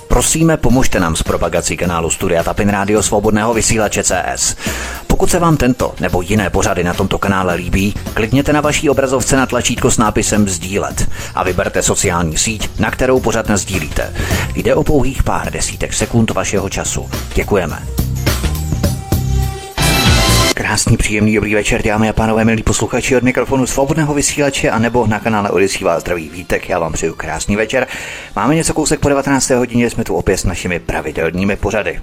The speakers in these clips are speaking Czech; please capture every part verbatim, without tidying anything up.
Prosíme, pomožte nám s propagací kanálu Studia Tapin Rádio Svobodného vysílače C S. Pokud se vám tento nebo jiné pořady na tomto kanále líbí, klikněte na vaší obrazovce na tlačítko s nápisem sdílet a vyberte sociální síť, na kterou pořad nasdílíte. Jde o pouhých pár desítek sekund vašeho času. Děkujeme. Krásný, příjemný, dobrý večer, dámy a pánové, milí posluchači, od mikrofonu Svobodného vysílače a nebo na kanále Odyssey vás zdraví Vítek, já vám přeju krásný večer. Máme něco kousek po devatenácté hodině, jsme tu opět s našimi pravidelnými pořady.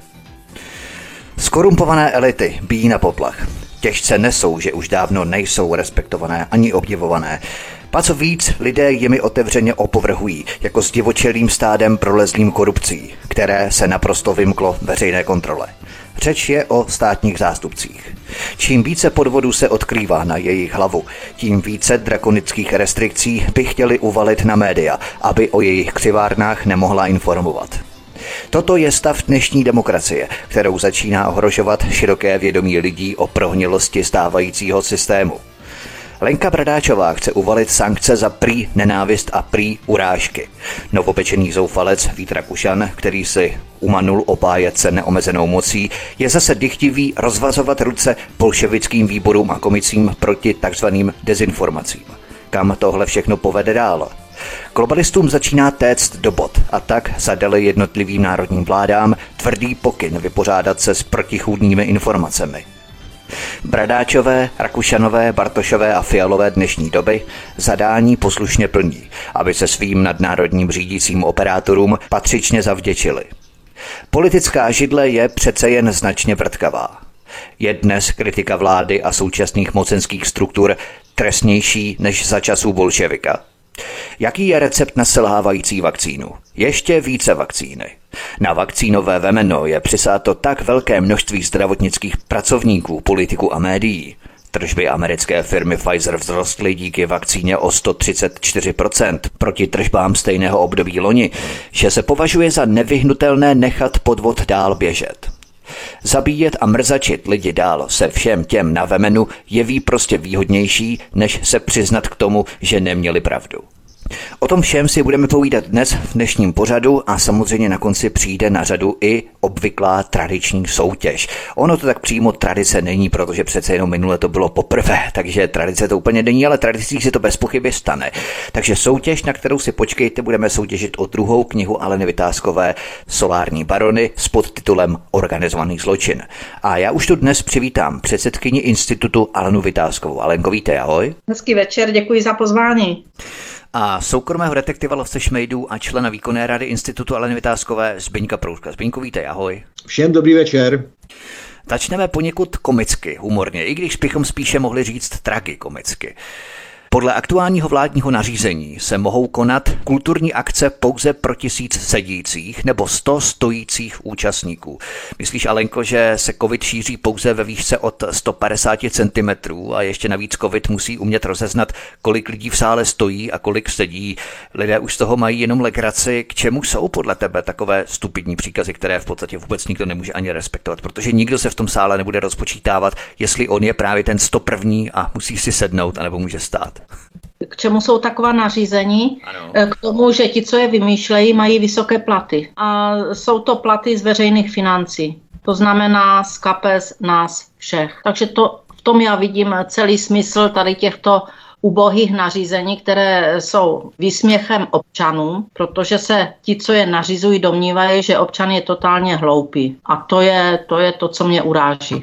Skorumpované elity bijí na poplach. Těžce nesou, že už dávno nejsou respektované ani obdivované. Pa co víc, lidé jimi otevřeně opovrhují, jako s divočelým stádem prolezlým korupcí, které se naprosto vymklo veřejné kontrole. Řeč je o státních zástupcích. Čím více podvodů se odkrývá na jejich hlavu, tím více drakonických restrikcí by chtěli uvalit na média, aby o jejich křivárnách nemohla informovat. Toto je stav dnešní demokracie, kterou začíná ohrožovat široké vědomí lidí o prohnilosti stávajícího systému. Lenka Bradáčová chce uvalit sankce za prý nenávist a prý urážky. Novopečený zoufalec Vít Rakušan, který si umanul opájet se neomezenou mocí, je zase dychtivý rozvazovat ruce bolševickým výborům a komicím proti takzvaným dezinformacím. Kam tohle všechno povede dál? Globalistům začíná téct do bod a tak zadali jednotlivým národním vládám tvrdý pokyn vypořádat se s protichůdnými informacemi. Bradáčové, Rakušanové, Bartošové a Fialové dnešní doby zadání poslušně plní, aby se svým nadnárodním řídícím operátorům patřičně zavděčili. Politická židle je přece jen značně vrtkavá. Je dnes kritika vlády a současných mocenských struktur trestnější než za časů bolševika. Jaký je recept na selhávající vakcínu? Ještě více vakcíny. Na vakcínové vemeno je přisáto tak velké množství zdravotnických pracovníků, politiků a médií. Tržby americké firmy Pfizer vzrostly díky vakcíně o sto třicet čtyři procent proti tržbám stejného období loni, že se považuje za nevyhnutelné nechat podvod dál běžet. Zabíjet a mrzačit lidi dál se všem těm na vemenu jeví prostě výhodnější, než se přiznat k tomu, že neměli pravdu. O tom všem si budeme povídat dnes v dnešním pořadu a samozřejmě na konci přijde na řadu i obvyklá tradiční soutěž. Ono to tak přímo tradice není, protože přece jenom minule to bylo poprvé, takže tradice to úplně není, ale tradicí se to bez pochyby stane. Takže soutěž, na kterou si počkejte, budeme soutěžit o druhou knihu Aleny Vytázkové Solární barony s podtitulem Organizovaný zločin. A já už tu dnes přivítám předsedkyni institutu Alenu Vytázkovou. Alenko, vítej, ahoj. Hezký večer, děkuji za pozvání. A soukromého detektiva lovce šmejdů a člena výkonné rady institutu Aleny Vytázkové Zbyňka Prouska. Zbyňku, vítej, ahoj. Všem dobrý večer. Začneme poněkud komicky, humorně, i když bychom spíše mohli říct tragikomicky. Podle aktuálního vládního nařízení se mohou konat kulturní akce pouze pro tisíc sedících nebo sto stojících účastníků. Myslíš, Alenko, že se covid šíří pouze ve výšce od sto padesát centimetrů a ještě navíc covid musí umět rozeznat, kolik lidí v sále stojí a kolik sedí? Lidé už z toho mají jenom legraci. K čemu jsou podle tebe takové stupidní příkazy, které v podstatě vůbec nikdo nemůže ani respektovat, protože nikdo se v tom sále nebude rozpočítávat, jestli on je právě ten sto první a musí si sednout anebo může stát. K čemu jsou taková nařízení? Ano. K tomu, že ti, co je vymýšlejí, mají vysoké platy. A jsou to platy z veřejných financí. To znamená z kapes nás všech. Takže to, v tom já vidím celý smysl tady těchto ubohých nařízení, které jsou výsměchem občanům, protože se ti, co je nařizují, domnívají, že občan je totálně hloupý. A to je to, je to co mě uráží.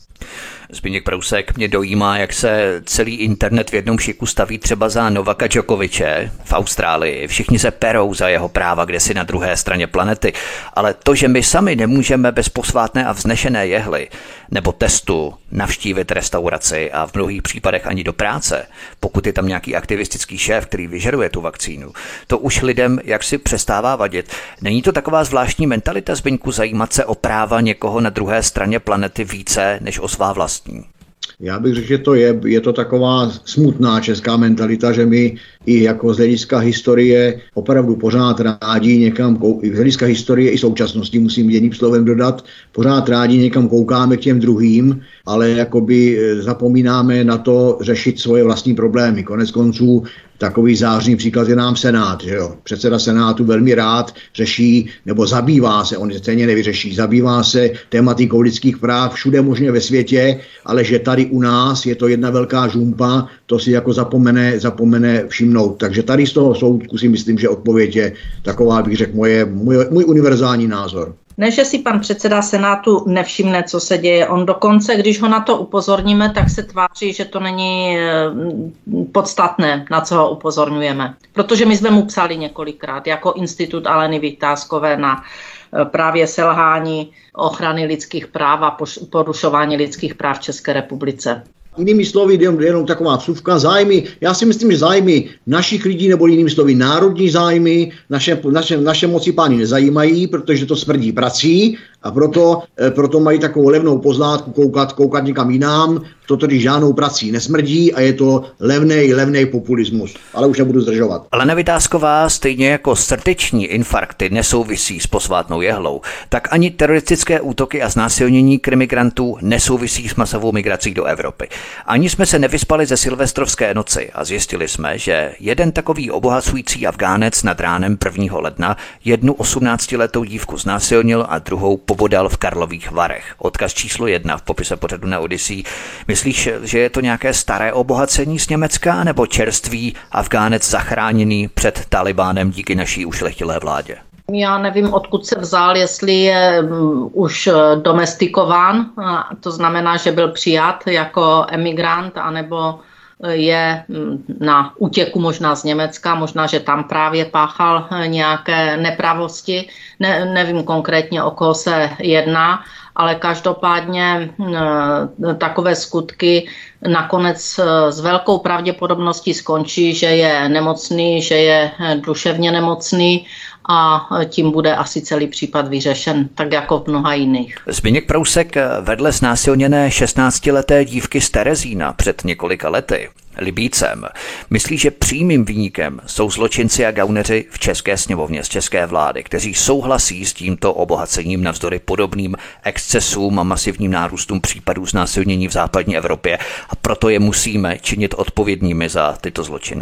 Zbyněk Prousek mě dojímá, jak se celý internet v jednom šiku staví třeba za Novaka Djokoviče v Austrálii. Všichni se perou za jeho práva kdesi na druhé straně planety. Ale to, že my sami nemůžeme bez posvátné a vznešené jehly nebo testu navštívit restauraci a v mnohých případech ani do práce, pokud je tam nějaký aktivistický šéf, který vyžaduje tu vakcínu, to už lidem jaksi přestává vadit. Není to taková zvláštní mentalita, Zbyňku, zajímat se o práva někoho na druhé straně planety více než o svá vlastní? Já bych řekl, že to je, je to taková smutná česká mentalita, že my i jako z hlediska historie opravdu pořád rádi někam, z hlediska historie i současnosti, musím jedním slovem dodat, pořád rádi někam koukáme k těm druhým, ale jakoby zapomínáme na to řešit svoje vlastní problémy. Konec konců takový zářný příklad je nám Senát. Že jo? Předseda Senátu velmi rád řeší, nebo zabývá se, on stejně nevyřeší, zabývá se tématikou lidských práv všude možně ve světě, ale že tady u nás je to jedna velká žumpa, to si jako zapomene, zapomene všimnout. Takže tady z toho soudku si myslím, že odpověď je taková, bych řekl, moje, můj, můj univerzální názor. Ne, že si pan předseda Senátu nevšimne, co se děje. On dokonce, když ho na to upozorníme, tak se tváří, že to není podstatné, na co ho upozorňujeme. Protože my jsme mu psali několikrát jako Institut Aleny Vitáskové na právě selhání ochrany lidských práv a porušování lidských práv v České republice. Jinými slovy, jenom, jenom taková vsuvka, zájmy, já si myslím, že zájmy našich lidí, nebo jinými slovy národní zájmy, naše, naše, naše moci pány nezajímají, protože to smrdí prací a proto, proto mají takovou levnou pozlátku koukat, koukat někam jinam, to tedy žádnou prací nesmrdí a je to levnej, levnej populismus. Ale už nebudu zdržovat. Alena Vitásková, stejně jako srdeční infarkty nesouvisí s posvátnou jehlou, tak ani teroristické útoky a znásilnění krimigrantů nesouvisí s masovou migrací do Evropy. Ani jsme se nevyspali ze silvestrovské noci a zjistili jsme, že jeden takový obohacující Afgánec nad ránem prvního ledna jednu osmnáctiletou dívku znásilnil a druhou pobodal v Karlových Varech. Odkaz číslo jedna v popise pořadu na Odyssey. Myslíš, že je to nějaké staré obohacení z Německa nebo čerstvý Afgánec zachráněný před Talibánem díky naší ušlechtilé vládě? Já nevím, odkud se vzal, jestli je um, už domestikován, to znamená, že byl přijat jako emigrant, anebo je na útěku možná z Německa, možná, že tam právě páchal nějaké nepravosti. Ne, nevím konkrétně, o koho se jedná, ale každopádně takové skutky nakonec s velkou pravděpodobností skončí, že je nemocný, že je duševně nemocný a tím bude asi celý případ vyřešen, tak jako v mnoha jiných. Zbyněk Prousek vedle znásilněné šestnáctileté dívky z Terezína před několika lety, Libícem, myslí, že přímým viníkem jsou zločinci a gauneři v České sněmovně z české vlády, kteří souhlasí s tímto obohacením navzdory podobným excesům a masivním nárůstům případů znásilnění v západní Evropě a proto je musíme činit odpovědnými za tyto zločiny.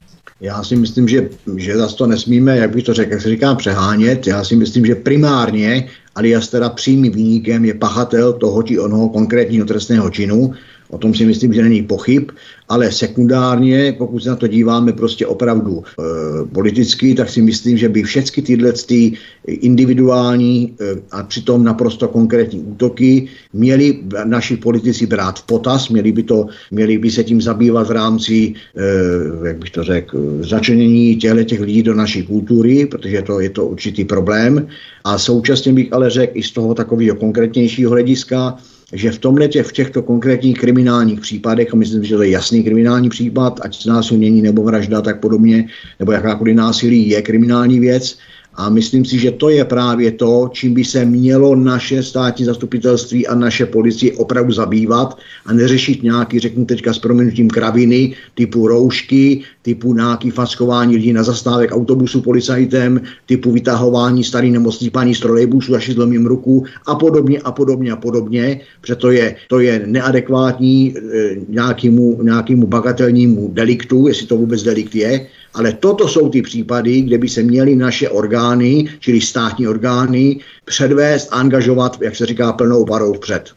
Já si myslím, že, že zase to nesmíme, jak bych to řekl, jak se říká, přehánět. Já si myslím, že primárně, alias teda přímým viníkem je pachatel toho či onoho konkrétního trestného činu. O tom si myslím, že není pochyb, ale sekundárně, pokud se na to díváme prostě opravdu e, politicky, tak si myslím, že by všechny tyhle ty individuální e, a přitom naprosto konkrétní útoky měli naši politici brát v potaz, měli by, to, měli by se tím zabývat v rámci, e, jak bych to řekl, začlenění těchto těch lidí do naší kultury, protože to, je to určitý problém. A současně bych ale řekl i z toho takového konkrétnějšího hlediska, že v tomhle těch, v těchto konkrétních kriminálních případech, a myslím, že to je jasný kriminální případ, ať znásilnění nebo vražda, tak podobně, nebo jakákoliv násilí je kriminální věc. A myslím si, že to je právě to, čím by se mělo naše státní zastupitelství a naše policie opravdu zabývat a neřešit nějaký, řeknu teďka s prominutím, kraviny typu roušky, typu nějaký fackování lidí na zastávek autobusu policajtem, typu vytahování starý nemocných paní z trolejbusu, až si zlomím ruku a podobně a podobně a podobně. Protože je, to je neadekvátní e, nějakému, nějakému bagatelnímu deliktu, jestli to vůbec delikt je. Ale toto jsou ty případy, kde by se měly naše orgány, čili státní orgány, předvést, angažovat, jak se říká, plnou parou vpřed.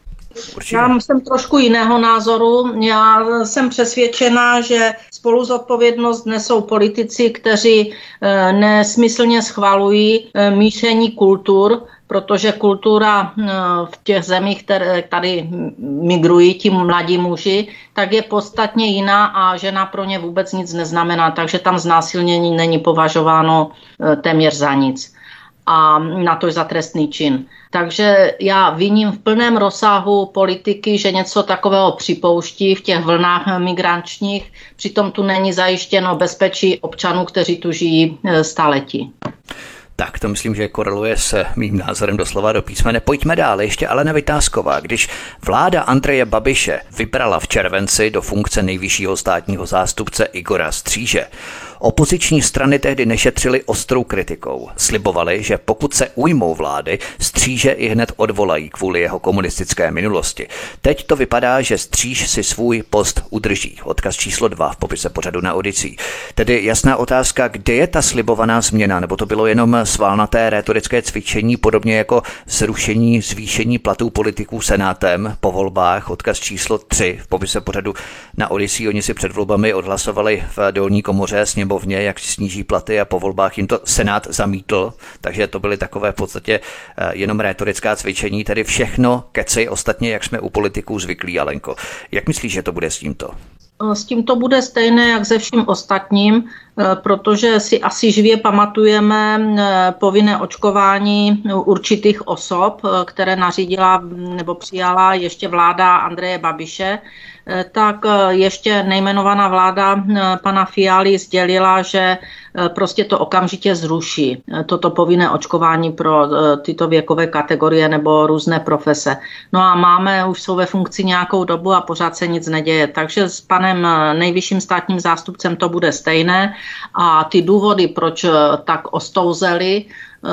Já jsem trošku jiného názoru. Já jsem přesvědčená, že spolu zodpovědnost nesou politici, kteří e, nesmyslně schvalují e, míšení kultur, protože kultura v těch zemích, které tady migrují ti mladí muži, tak je podstatně jiná a žena pro ně vůbec nic neznamená, takže tam znásilnění není považováno téměř za nic. A na to je za trestný čin. Takže já viním v plném rozsahu politiky, že něco takového připouští v těch vlnách migrančních, přitom tu není zajištěno bezpečí občanů, kteří tu žijí staletí. Tak to myslím, že koreluje s mým názorem doslova do písmene. Pojďme dál. Ještě Alena Vitásková. Když vláda Andreje Babiše vybrala v červenci do funkce nejvyššího státního zástupce Igora Stříže, Opoziční strany tehdy nešetřily ostrou kritikou. Slibovali, že pokud se ujmou vlády, Stříže i hned odvolají kvůli jeho komunistické minulosti. Teď to vypadá, že Stříž si svůj post udrží. Odkaz číslo dva v popise pořadu na Odysee. Tedy jasná otázka, kde je ta slibovaná změna, nebo to bylo jenom svalnaté rétorické cvičení, podobně jako zrušení zvýšení platů politiků senátem po volbách. Odkaz číslo tři v popise pořadu na Odysee. Oni si před volbami odhlasovali v dolní komoře sněmovně, jak sníží platy, a po volbách jim to senát zamítl, takže to byly takové v podstatě jenom rétorická cvičení, tedy všechno keci, ostatně jak jsme u politiků zvyklí, Alenko. Jak myslíš, že to bude s tímto? S tím to bude stejné jak se vším ostatním, protože si asi živě pamatujeme povinné očkování určitých osob, které nařídila nebo přijala ještě vláda Andreje Babiše. Tak ještě nejmenovaná vláda pana Fialy sdělila, že prostě to okamžitě zruší, toto povinné očkování pro tyto věkové kategorie nebo různé profese. No a máme, už jsou ve funkci nějakou dobu a pořád se nic neděje. Takže s panem nejvyšším státním zástupcem to bude stejné a ty důvody, proč tak ostouzeli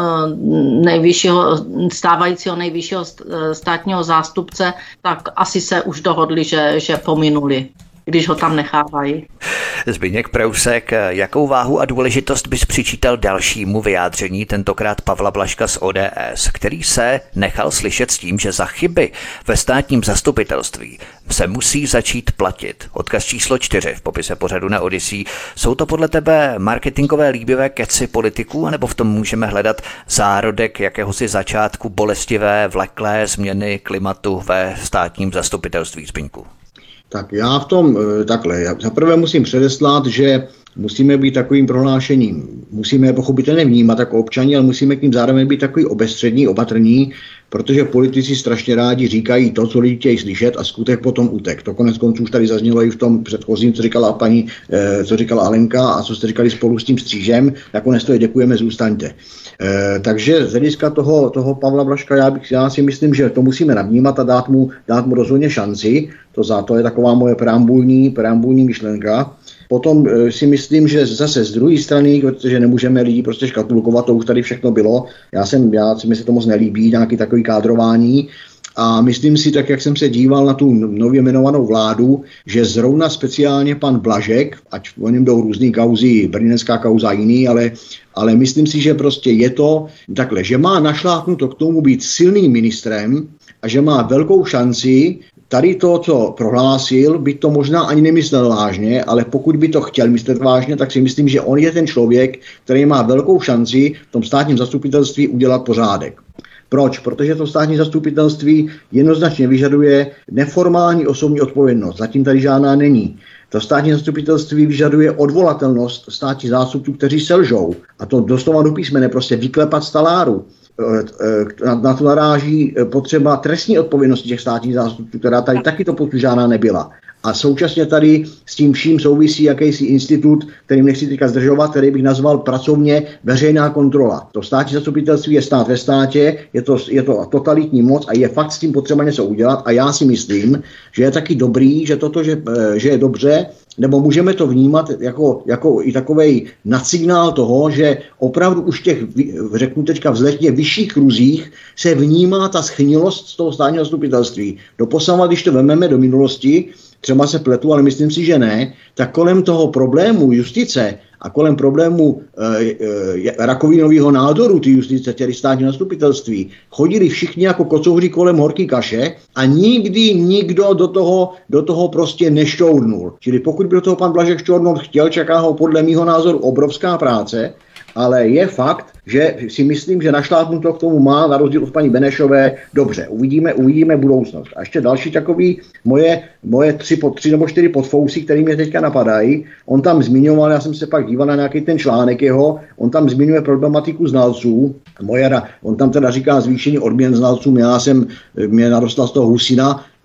nejvyššího, stávajícího nejvyššího státního zástupce, tak asi se už dohodli, že, že pominuli, když ho tam nechávají. Zbyněk Prousek, jakou váhu a důležitost bys přičítal dalšímu vyjádření, tentokrát Pavla Blažka z O D S, který se nechal slyšet s tím, že za chyby ve státním zastupitelství se musí začít platit. Odkaz číslo čtyři v popise pořadu na Odysee. Jsou to podle tebe marketingové líbivé keci politiků, anebo v tom můžeme hledat zárodek jakéhosi začátku bolestivé, vleklé změny klimatu ve státním zastupitelství, Zbyňku? Tak já v tom takhle, já zaprvé musím předeslat, že musíme být takovým prohlášením, musíme pochopitelně vnímat jako občani, ale musíme k ním zároveň být takový obezřední, opatrní, protože politici strašně rádi říkají to, co lidi chtějí slyšet a skutek potom utek. To konec konců už tady zaznělo i v tom předchozím, co říkala paní, co říkala Alenka a co jste říkali spolu s tím Střížem, nakonec to je děkujeme, zůstaňte. E, takže z hlediska toho, toho Pavla Blažka já, bych, já si myslím, že to musíme navnímat a dát mu, dát mu rozhodně šanci. To za to je taková moje preambulní, preambulní myšlenka. Potom e, si myslím, že zase z druhé strany, protože nemůžeme lidi prostě škatulkovat, to už tady všechno bylo. Já jsem, já si mi se to moc nelíbí, nějaký takový kádrování. A myslím si, tak jak jsem se díval na tu nově jmenovanou vládu, že zrovna speciálně pan Blažek, ať o něm jdou různý kauzy, brněnská kauza jiný, ale, ale myslím si, že prostě je to takhle, že má našlápnuto k tomu být silným ministrem a že má velkou šanci tady to, co prohlásil, by to možná ani nemyslel vážně, ale pokud by to chtěl myslet vážně, tak si myslím, že on je ten člověk, který má velkou šanci v tom státním zastupitelství udělat pořádek. Proč? Protože to státní zastupitelství jednoznačně vyžaduje neformální osobní odpovědnost. Zatím tady žádná není. To státní zastupitelství vyžaduje odvolatelnost státních zástupců, kteří selžou. A to doslova do písmene prostě vyklepat z taláru. Na to naráží potřeba trestní odpovědnosti těch státních zástupců, která tady taky to pokud žádná nebyla. A současně tady s tím vším souvisí jakýsi institut, kterým nechci teďka zdržovat, který bych nazval pracovně veřejná kontrola. To státní zastupitelství je stát ve státě, je to, je to totalitní moc a je fakt s tím potřeba něco udělat. A já si myslím, že je taky dobrý, že toto, že, že je dobře, nebo můžeme to vnímat jako, jako i takovej nadsignál toho, že opravdu už v těch, řeknu teďka, vzletně vyšších kruzích se vnímá ta schynilost z toho státního zastupitelství. Doposavad, když to vememe do minulosti, třeba se pletu, ale myslím si, že ne, tak kolem toho problému justice a kolem problému e, e, rakovinového nádoru ty justice, tedy státního zastupitelství, chodili všichni jako kocouři kolem horký kaše a nikdy nikdo do toho, do toho prostě nešťournul. Čili pokud by do toho pan Blažek šťournout chtěl, čeká ho podle mýho názoru obrovská práce, ale je fakt, že si myslím, že našlápnuto k tomu má, na rozdíl od paní Benešové, dobře, uvidíme, uvidíme budoucnost. A ještě další takový moje, moje tři, pod, tři nebo čtyři podfousy, které mě teďka napadají. On tam zmiňoval, já jsem se pak díval na nějaký ten článek jeho, on tam zmiňuje problematiku znalců. Moje, on tam teda říká zvýšení odměn znalcům, já jsem, mě narostla z toho husina,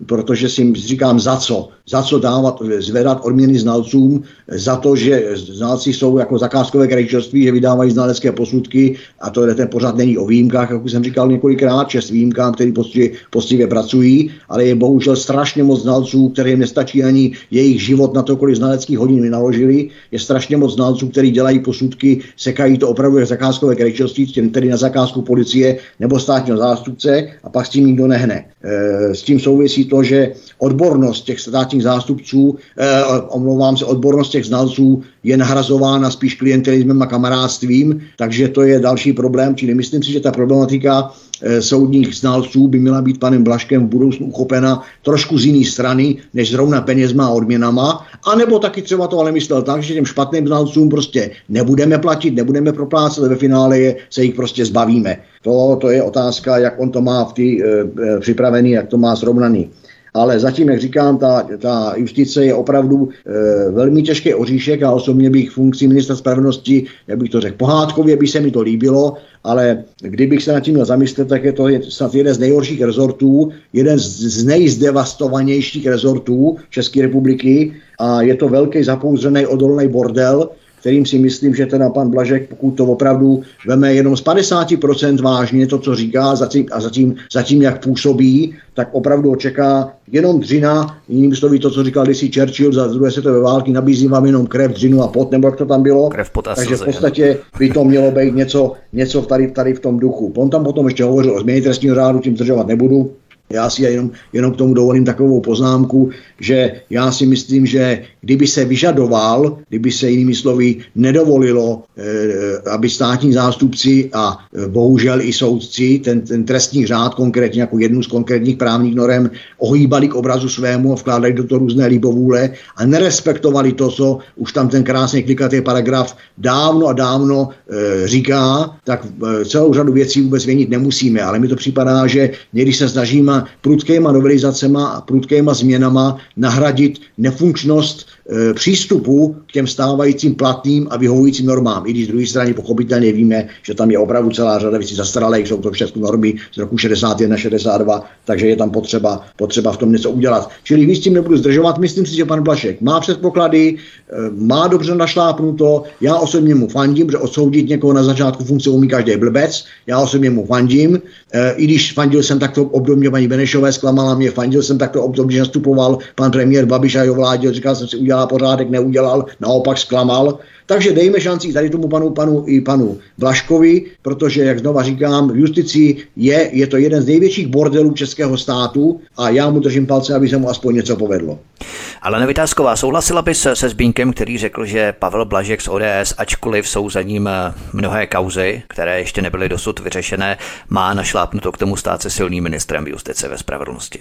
protože si říkám za co. Za co dávat, zvedat odměny znalcům, za to, že znalci jsou jako zakázkové krajčovství, že vydávají znalecké posudky a to ten pořád není o výjimkách, jak už jsem říkal několikrát, čest výjimkám, který poctivě, poctivě pracují, ale je bohužel strašně moc znalců, kterým nestačí ani jejich život na to, kolik znaleckých hodin vynaložili. Je strašně moc znalců, kteří dělají posudky, sekají to opravdu jak zakázkové krajčovství, tedy na zakázku policie nebo státního zástupce a pak s tím nikdo nehne. E, s tím souvisí to, že odbornost těch státních zástupců, e, omlouvám se, odbornost těch znalců je nahrazována spíš klientelismem a kamarádstvím, takže to je další problém, čili myslím si, že ta problematika e, soudních znalců by měla být panem Blažkem v budoucnu uchopena trošku z jiné strany, než zrovna penězma a odměnama, anebo taky třeba to ale myslel tak, že těm špatným znalcům prostě nebudeme platit, nebudeme proplácet, ve finále je, se jich prostě zbavíme. To, to je otázka, jak on to má v tý, e, e, připravený, jak to má srovnaný. Ale zatím, jak říkám, ta, ta justice je opravdu e, velmi těžký oříšek a osobně bych funkci ministra spravedlnosti, jak bych to řekl, pohádkově by se mi to líbilo, ale kdybych se nad tím měl zamyslet, tak je to snad jeden z nejhorších rezortů, jeden z, z nejzdevastovanějších rezortů České republiky a je to velký zapouzřený odolný bordel, kterým si myslím, že teda pan Blažek, pokud to opravdu veme jenom z padesát procent vážně to, co říká zatím, a zatím, zatím jak působí, tak opravdu očeká jenom dřina, jiným slovy to, co říkal kdysi Churchill za druhé světové války, nabízím vám jenom krev, dřinu a pot, nebo jak to tam bylo. Krev, pot a Takže slzy, v podstatě by to mělo být něco, něco tady, tady v tom duchu. On tam potom ještě hovořil o změně trestního řádu, tím zdržovat nebudu. Já si jenom, jenom k tomu dovolím takovou poznámku, že já si myslím, že kdyby se vyžadoval, kdyby se jinými slovy nedovolilo, eh, aby státní zástupci a eh, bohužel i soudci ten, ten trestní řád, konkrétně jako jednu z konkrétních právních norem, ohýbali k obrazu svému a vkládali do toho různé libovůle a nerespektovali to, co už tam ten krásně klikatý paragraf dávno a dávno eh, říká, tak eh, celou řadu věcí vůbec měnit nemusíme, ale mi to připadá, že někdy se snažíme prudkýma novelizacema a prudkýma změnama nahradit nefunkčnost e, přístupu k těm stávajícím platným a vyhovujícím normám. I když z druhé strany pochopitelně víme, že tam je opravdu celá řada věcí zastaralých, jsou to všechny normy z roku šedesát jedna šedesát dva, takže je tam potřeba, potřeba v tom něco udělat. Čili víc tím nebudu zdržovat, myslím si, že pan Blažek má předpoklady, e, má dobře našlápnuto, já osobně mu fandím, že odsoudit někoho na začátku funkce umí každý blbec, já osobně mu fandím, e, i když fandil jsem takto obdobně paní Benešové, zklamala mě, fandil jsem takto obdobně, nastupoval pan premiér Babiš a jeho vládě, říkal jsem si, udělá pořádek, neudělal, naopak zklamal. Takže dejme šanci tady tomu panu, panu i panu Blažkovi, protože, jak znova říkám, v justici je, je to jeden z největších bordelů českého státu a já mu držím palce, aby se mu aspoň něco povedlo. Alena Vitásková, souhlasila bys se Zbyňkem, který řekl, že Pavel Blažek z O D S, ačkoliv jsou za ním mnohé kauzy, které ještě nebyly dosud vyřešené, má našlápnuto k tomu stát se silným ministrem justice ve spravedlnosti?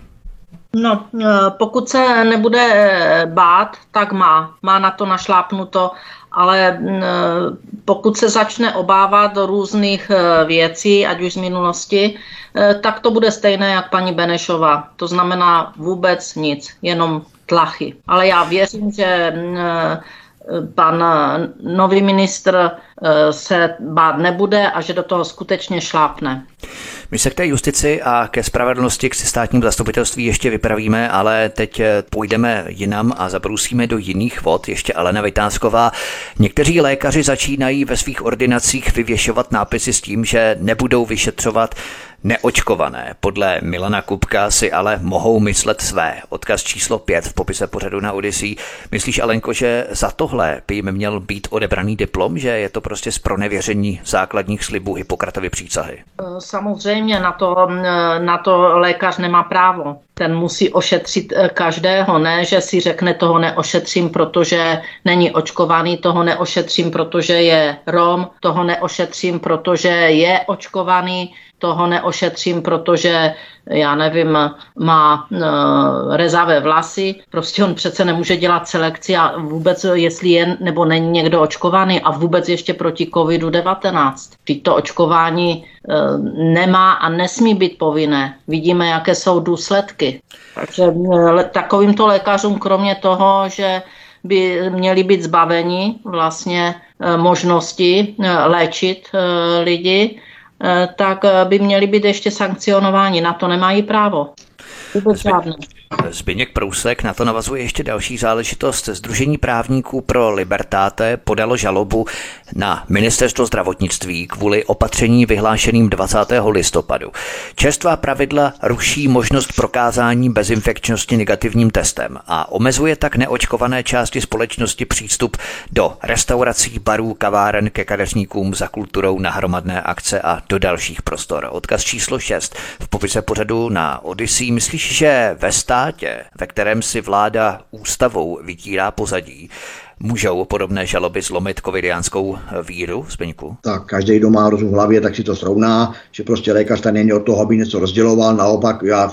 No, pokud se nebude bát, tak má. Má na to našlápnuto, ale pokud se začne obávat do různých věcí, ať už z minulosti, tak to bude stejné jak paní Benešová. To znamená vůbec nic, jenom tlachy. Ale já věřím, že pan nový ministr se bát nebude a že do toho skutečně šlápne. My se k té justici a ke spravedlnosti, k státnímu zastupitelství ještě vypravíme, ale teď půjdeme jinam a zabrousíme do jiných vod. Ještě Alena Vitásková. Někteří lékaři začínají ve svých ordinacích vyvěšovat nápisy s tím, že nebudou vyšetřovat neočkované. Podle Milana Kupka si ale mohou myslet své. Odkaz číslo pět v popise pořadu na Odyssey. Myslíš, Alenko, že za tohle by jim měl být odebraný diplom, že je to prostě zpronevěření základních slibů Hippokratovy přísahy? Samozřejmě na to, na to lékař nemá právo. Ten musí ošetřit každého, ne, že si řekne, toho neošetřím, protože není očkovaný, toho neošetřím, protože je Rom, toho neošetřím, protože je očkovaný, toho neošetřím, protože, já nevím, má e, rezavé vlasy. Prostě on přece nemůže dělat selekci a vůbec, jestli je nebo není někdo očkovaný a vůbec ještě proti kovidu devatenáct. Tyto očkování e, nemá a nesmí být povinné. Vidíme, jaké jsou důsledky. Takže e, takovýmto lékařům, kromě toho, že by měli být zbaveni vlastně e, možnosti e, léčit e, lidi, tak by měli být ještě sankcionováni. Na to nemají právo. Vůbec žádné. Zbyněk Prousek na to navazuje ještě další záležitost. Sdružení právníků pro Libertate podalo žalobu na ministerstvo zdravotnictví kvůli opatření vyhlášeným dvacátého listopadu. Čerstvá pravidla ruší možnost prokázání bezinfekčnosti negativním testem a omezuje tak neočkované části společnosti přístup do restaurací, barů, kaváren, ke kadeřníkům, za kulturou, na hromadné akce a do dalších prostor. Odkaz číslo šest v popise pořadu na Odyssey. Myslíš, že ve státě, ve kterém si vláda ústavou vytírá pozadí, můžou podobné žaloby zlomit covidiánskou víru, Zbyňku? Tak každý, kdo má rozum v hlavě, tak si to srovná, že prostě lékař tady není od toho, aby něco rozděloval. Naopak já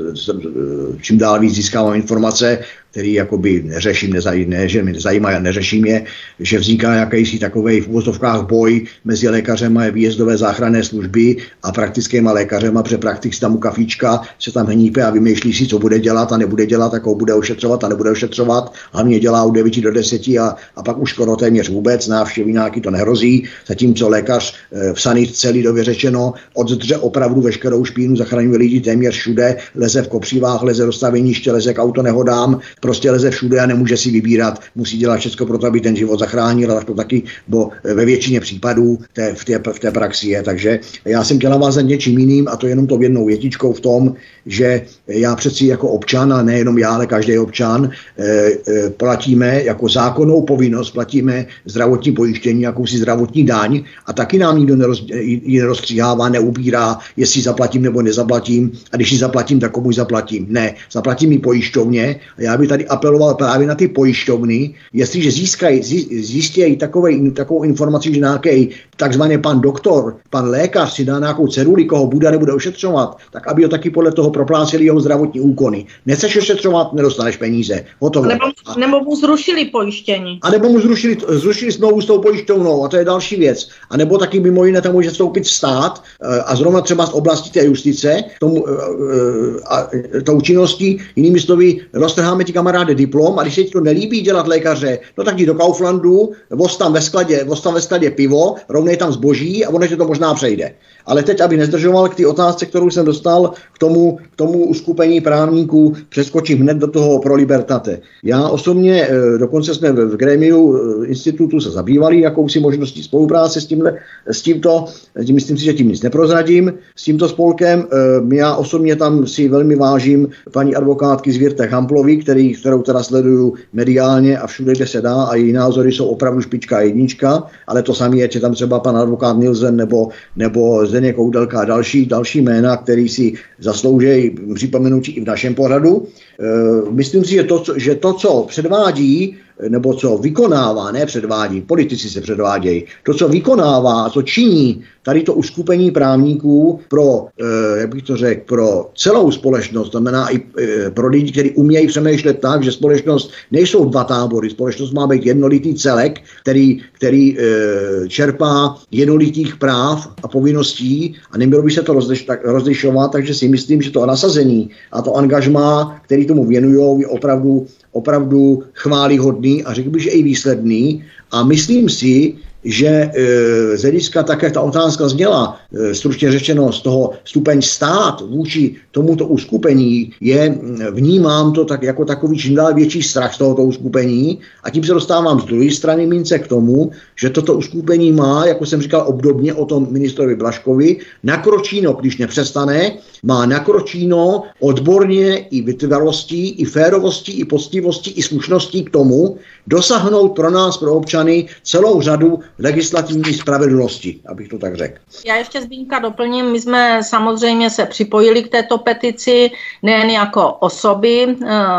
čím dál víc získávám informace, který jakoby neřeším, nezaj, ne, že mě nezajímají a neřeším je, že vzniká jakýsi takovej v uvozovkách boj mezi lékařem a výjezdové záchranné služby a praktickýma lékařema, protože praktik tam u kafíčka se tam hnípe a vymýšlí si, co bude dělat a nebude dělat, jako bude ošetřovat a nebude ošetřovat. Hlavně dělá od devíti do deseti a, a pak už skoro téměř vůbec, návštěvníky to nehrozí, zatímco lékař v sanit celý době řečeno oddře opravdu veškerou špínu, zachraňuje lidi téměř všude, leze v kopřivách, leze do staveniště, leze k autonehodám, prostě leze všude a nemůže si vybírat, musí dělat všechno pro to, aby ten život zachránil, a to taky bo ve většině případů té, v, té, v té praxi je. Takže já jsem chtěl navázat něčím jiným a to jenom to jednou větičkou v tom, že já přeci jako občan, a nejenom já, ale každý občan, e, e, platíme jako zákonnou povinnost, platíme zdravotní pojištění, jakousi zdravotní daň a taky nám nikdo neroz, ji nerozstříhává, neubírá, jestli zaplatím nebo nezaplatím a když ji zaplatím, tak komu ji zaplatím. Ne, zaplatím ji pojišťovně a já bych tady apeloval právě na ty pojišťovny, jestliže získají, zjistějí takové, takovou informaci, že nějaký takzvaný pan doktor, pan lékař si dá nějakou ceduli, koho bude nebude ošetřovat, tak aby ho taky podle toho propláceli jeho zdravotní úkony. Nechceš ošetřovat, nedostaneš peníze. Hotovo. Nebo, nebo mu zrušili pojištění. A nebo mu zrušili, zrušili smlouvu s tou pojišťovnou, a to je další věc. A nebo taky mimo jiné tam může vstoupit stát a zrovna třeba z oblasti té justice, tomu, a tou činností, jinými slovy, roztrháme ti kamaráde diplom a když se ti to nelíbí dělat lékaře, no tak jdi do Kauflandu, voz tam ve skladě, voz tam ve skladě pivo, rovnej tam zboží a ono ti to možná přejde. Ale teď, aby nezdržoval k té otázce, kterou jsem dostal k tomu, k tomu uskupení právníků, přeskočím hned do toho pro Libertate. Já osobně, dokonce jsme v grémiu institutu se zabývali jakousi možností spolupráce s, tímhle, s tímto, myslím si, že tím nic neprozradím, s tímto spolkem. Já osobně tam si velmi vážím paní advokátky Zvěrte Hamplový, který, kterou teda sleduju mediálně a všude, kde se dá a její názory jsou opravdu špička a jednička, ale to samé je, že tam třeba pan advokát Nilsen nebo, nebo Zdeněk Koudelka a další, další jména, který si zaslouží připomenutí i v našem pořadu. E, myslím si, že to, co, že to, co předvádí, nebo co vykonává, ne předvádí, politici se předvádějí, to, co vykonává, co činí tady to uskupení právníků pro, e, jak bych to řekl, pro celou společnost, znamená i e, pro lidi, kteří umějí přemýšlet tak, že společnost nejsou dva tábory, společnost má být jednolitý celek, který, který e, čerpá jednolitých práv a povinností a nemělo by se to rozliš, tak, rozlišovat, takže si myslím, že to nasazení a to angažmá, který tomu věnují, je opravdu opravdu chválihodný a řekl bych, že i výsledný a myslím si, že e, z hlediska tak, jak ta otázka zněla, e, stručně řečeno z toho stupeň stát vůči tomuto uskupení je, vnímám to tak jako takový čím dál větší strach z tohoto uskupení a tím se dostávám z druhé strany mince k tomu, že toto uskupení má, jako jsem říkal obdobně o tom ministrovi Blažkovi, nakročíno, když nepřestane, má nakročíno odborně i vytrvalostí, i férovostí, i poctivostí, i slušností k tomu dosáhnout pro nás, pro občany celou řadu legislativní spravedlnosti, abych to tak řekl. Já ještě Zbínka doplním, my jsme samozřejmě se připojili k této petici, nejen jako osoby,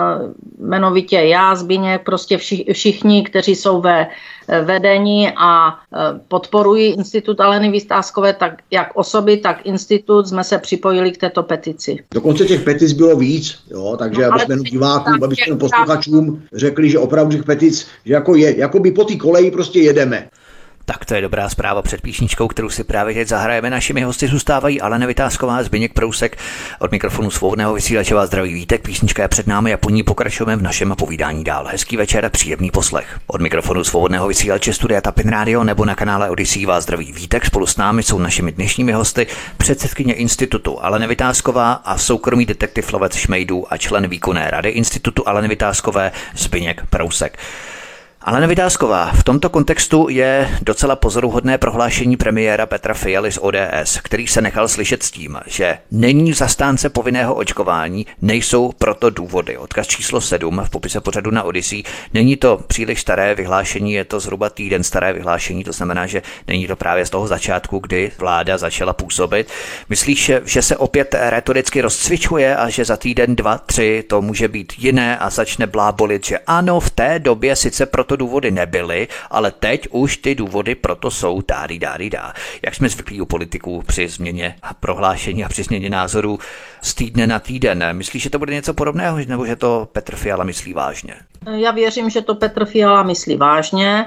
jmenovitě já, Zbíněk, prostě všichni, kteří jsou ve vedení a podporují institut Aleny Vystázkové, tak jak osoby, tak institut, jsme se připojili k této petici. Dokonce těch petic bylo víc, jo, takže no, aby jsme divákům, aby jsme posluchačům řekli, že opravdu těch petic, že jako, je, jako by po té koleji prostě jedeme. Tak to je dobrá zpráva před písničkou, kterou si právě teď zahrajeme. Našimi hosty zůstávají Alena Vitásková, Zbyněk Prousek. Od mikrofonu Svobodného vysílače vás zdraví Vítek. Písnička je před námi a po ní pokračujeme v našem povídání dál. Hezký večer a příjemný poslech. Od mikrofonu Svobodného vysílače Studia Tapin Radio nebo na kanále Odyssey vás zdraví Vítek. Spolu s námi jsou našimi dnešními hosty předsedkyně institutu Alena Vitásková a soukromý detektiv lovec šmejdů a člen výkonné rady institutu Aleny Vitáskové Zbyněk Prousek. Alena Vitásková, v tomto kontextu je docela pozoruhodné prohlášení premiéra Petra Fialy z O D S, který se nechal slyšet s tím, že není zastánce povinného očkování, nejsou proto důvody. Odkaz číslo sedm v popise pořadu na Odyssey. Není to příliš staré vyhlášení, je to zhruba týden staré vyhlášení, to znamená, že není to právě z toho začátku, kdy vláda začala působit. Myslíš, že se opět retoricky rozcvičuje a že za týden, dva, tři to může být jiné a začne blábolit, že ano, v té době sice proto důvody nebyly, ale teď už ty důvody proto jsou dády, dády, dá. Jak jsme zvyklí u politiků při změně prohlášení a při změně názorů z týdne na týden. Myslíš, že to bude něco podobného, nebo že to Petr Fiala myslí vážně? Já věřím, že to Petr Fiala myslí vážně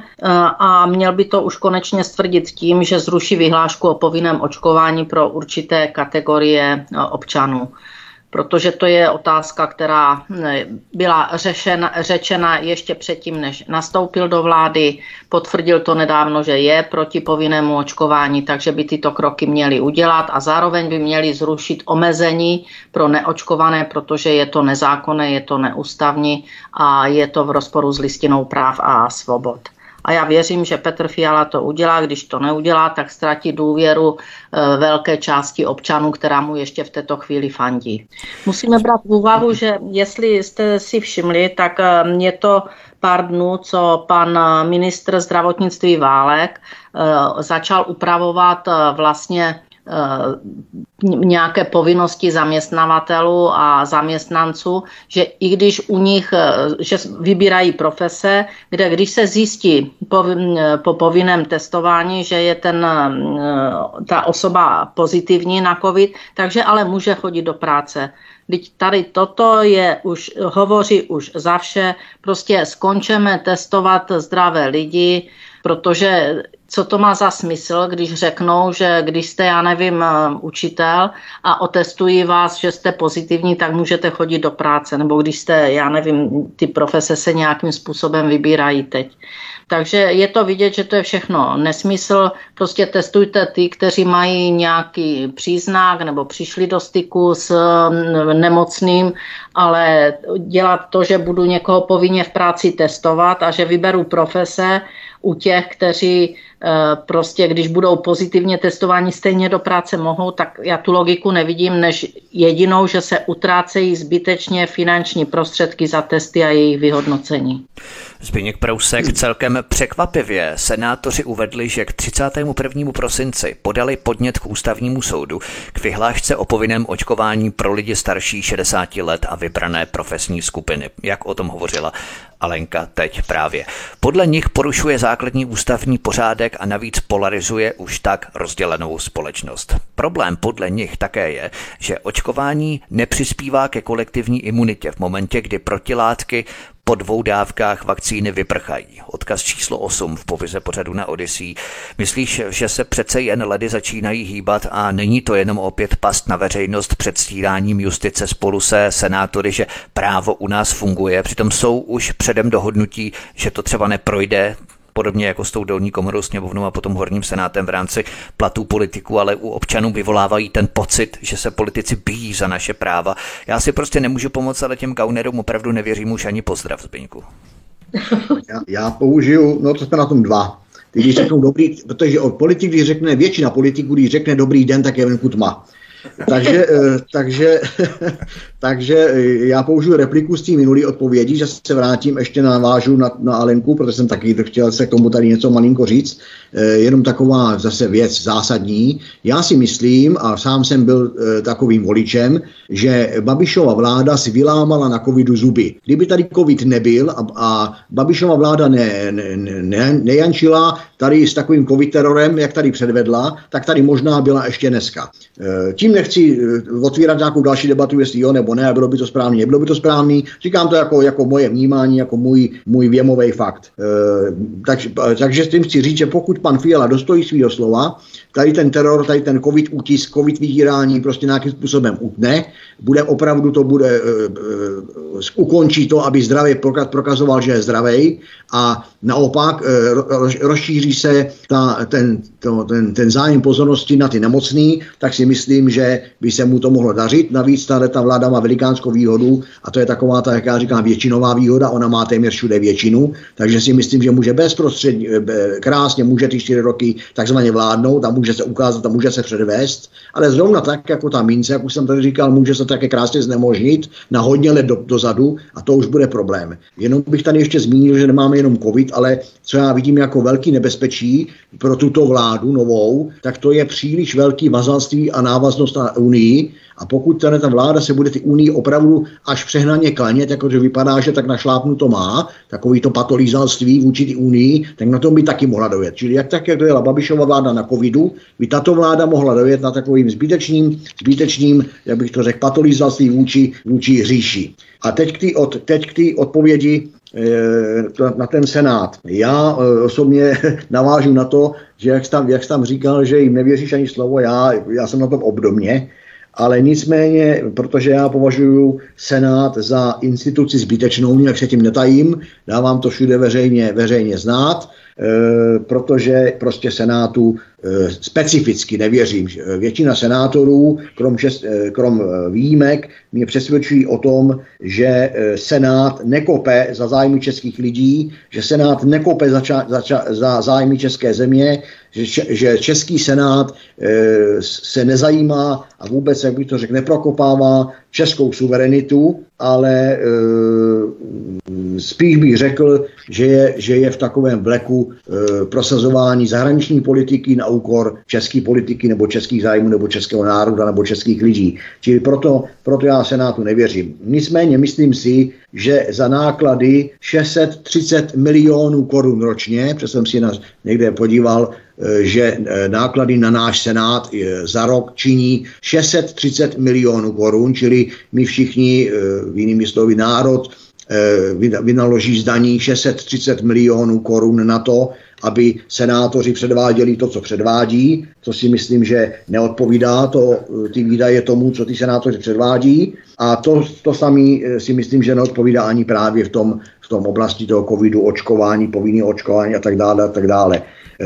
a měl by to už konečně stvrdit tím, že zruší vyhlášku o povinném očkování pro určité kategorie občanů. Protože to je otázka, která byla řešena, řečena ještě předtím, než nastoupil do vlády. Potvrdil to nedávno, že je proti povinnému očkování, takže by tyto kroky měli udělat a zároveň by měli zrušit omezení pro neočkované, protože je to nezákonné, je to neústavní a je to v rozporu s listinou práv a svobod. A já věřím, že Petr Fiala to udělá, když to neudělá, tak ztratí důvěru e, velké části občanů, která mu ještě v této chvíli fandí. Musíme brát v úvahu, že jestli jste si všimli, tak e, je to pár dnů, co pan ministr zdravotnictví Válek e, začal upravovat e, vlastně nějaké povinnosti zaměstnavatelů a zaměstnanců, že i když u nich, že vybírají profese, kde když se zjistí po, po povinném testování, že je ten, ta osoba pozitivní na covid, takže ale může chodit do práce. Teď tady toto je už, hovoří už za vše, prostě skončeme testovat zdravé lidi, protože co to má za smysl, když řeknou, že když jste, já nevím, učitel a otestují vás, že jste pozitivní, tak můžete chodit do práce, nebo když jste, já nevím, ty profese se nějakým způsobem vybírají teď. Takže je to vidět, že to je všechno nesmysl. Prostě testujte ty, kteří mají nějaký příznak nebo přišli do styku s nemocným, ale dělat to, že budu někoho povinně v práci testovat a že vyberu profese u těch, kteří prostě, když budou pozitivně testováni, stejně do práce mohou, tak já tu logiku nevidím, než jedinou, že se utrácejí zbytečně finanční prostředky za testy a jejich vyhodnocení. Zbyněk Prousek, celkem překvapivě senátoři uvedli, že k třicátému prvnímu prosinci podali podnět k ústavnímu soudu k vyhlášce o povinném očkování pro lidi starší šedesáti let a vybrané profesní skupiny, jak o tom hovořila Alenka teď právě. Podle nich porušuje základní ústavní pořádek a navíc polarizuje už tak rozdělenou společnost. Problém podle nich také je, že očkování nepřispívá ke kolektivní imunitě v momentě, kdy protilátky po dvou dávkách vakcíny vyprchají. Odkaz číslo osm v popise pořadu na Odyssey. Myslíš, že se přece jen ledy začínají hýbat a není to jenom opět past na veřejnost před stíráním justice spolu se senátory, že právo u nás funguje, přitom jsou už předem dohodnutí, že to třeba neprojde, podobně jako s tou dolní komorou sněmovnou a potom horním senátem v rámci platů politiků, ale u občanů vyvolávají ten pocit, že se politici bijí za naše práva. Já si prostě nemůžu pomoct, ale těm gaunerům opravdu nevěřím už ani pozdrav, Zbyňku. Já, já použiju, no to jsme na tom dva. Když řeknou dobrý, protože od politik, když řekne většina politiků, když řekne dobrý den, tak je venku tma. Takže, takže, takže já použiju repliku z té minulé odpovědi, že se vrátím, ještě navážu na, na Alenku, protože jsem taky chtěl se k tomu tady něco malinko říct. Jenom taková zase věc zásadní. Já si myslím, a sám jsem byl takovým voličem, že Babišova vláda si vylámala na covidu zuby. Kdyby tady covid nebyl a, a Babišova vláda ne, ne, ne, nejančila tady s takovým covid terorem, jak tady předvedla, tak tady možná byla ještě dneska. Tím nechci otvírat nějakou další debatu, jestli jo nebo ne, a bylo by to správný, nebylo by to správný. Říkám to jako, jako moje vnímání, jako můj, můj věmový fakt. E, tak, takže s tím chci říct, že pokud pan Fiala dostojí svýho slova, tady ten teror, tady ten covid útisk, covid vydírání prostě nějakým způsobem utne, bude opravdu to bude, e, e, ukončí to, aby zdravě prokazoval, že je zdravej, a naopak e, roz, rozšíří se ta, ten, to, ten, ten zájem pozornosti na ty nemocný, tak si myslím, že by se mu to mohlo dařit. Navíc ta, ta vláda má velikánskou výhodu, a to je taková ta, jak já říkám, většinová výhoda, ona má téměř všude většinu, takže si myslím, že může bezprostředně, krásně může ty čtyři roky takzvaně vládnout a může se ukázat a může se předvést, ale zrovna tak, jako ta mince, jak už jsem tady říkal, může se také krásně znemožnit na hodně let do, dozadu, a to už bude problém. Jenom bych tady ještě zmínil, že nemáme jenom covid, ale co já vidím jako velký nebezpečí pro tuto vládu novou, tak to je příliš velký vazalství a návaznost na Unii. A pokud ta, ta vláda se bude ty Unii opravdu až přehnaně klanět, jakože vypadá, že tak našlápnu to má, takový to patolízalství vůči ty Unii, tak na tom by taky mohla dojet. Čili jak tak, jak dojela Babišova vláda na covidu, by tato vláda mohla dojet na takovým zbytečným, zbytečným, jak bych to řekl, patolízalství vůči, vůči říši. A teď k té od, teď k té odpovědi na ten Senát. Já osobně navážu na to, že jak jsi tam, jak jsi tam říkal, že jim nevěříš ani slovo, já, já jsem na tom obdobně, ale nicméně, protože já považuji Senát za instituci zbytečnou, jak se tím netajím, dávám to všude veřejně, veřejně znát, e, protože prostě Senátu e, specificky nevěřím. Většina senátorů, krom, šest, e, krom výjimek, mě přesvědčují o tom, že Senát nekope za zájmy českých lidí, že Senát nekope za, ča, za, ča, za zájmy české země, že, že český Senát e, se nezajímá a vůbec, jak bych to řekl, neprokopává českou suverenitu, ale e, spíš bych řekl, že je, že je v takovém vleku e, prosazování zahraniční politiky na úkor české politiky nebo českých zájmů nebo českého národa nebo českých lidí. Čili proto, proto já Senátu nevěřím. Nicméně myslím si, že za náklady šest set třicet milionů korun ročně, protože jsem si na, někde podíval, že náklady na náš Senát za rok činí šest set třicet milionů korun, čili my všichni, v jinými slovy národ, vynaloží z daní šest set třicet milionů korun na to, aby senátoři předváděli to, co předvádí, co si myslím, že neodpovídá to, ty výdaje tomu, co ty senátoři předvádí. A to, to samé si myslím, že neodpovídá ani právě v tom, v tom oblasti toho covidu, očkování, povinné očkování a tak dále, a tak dále.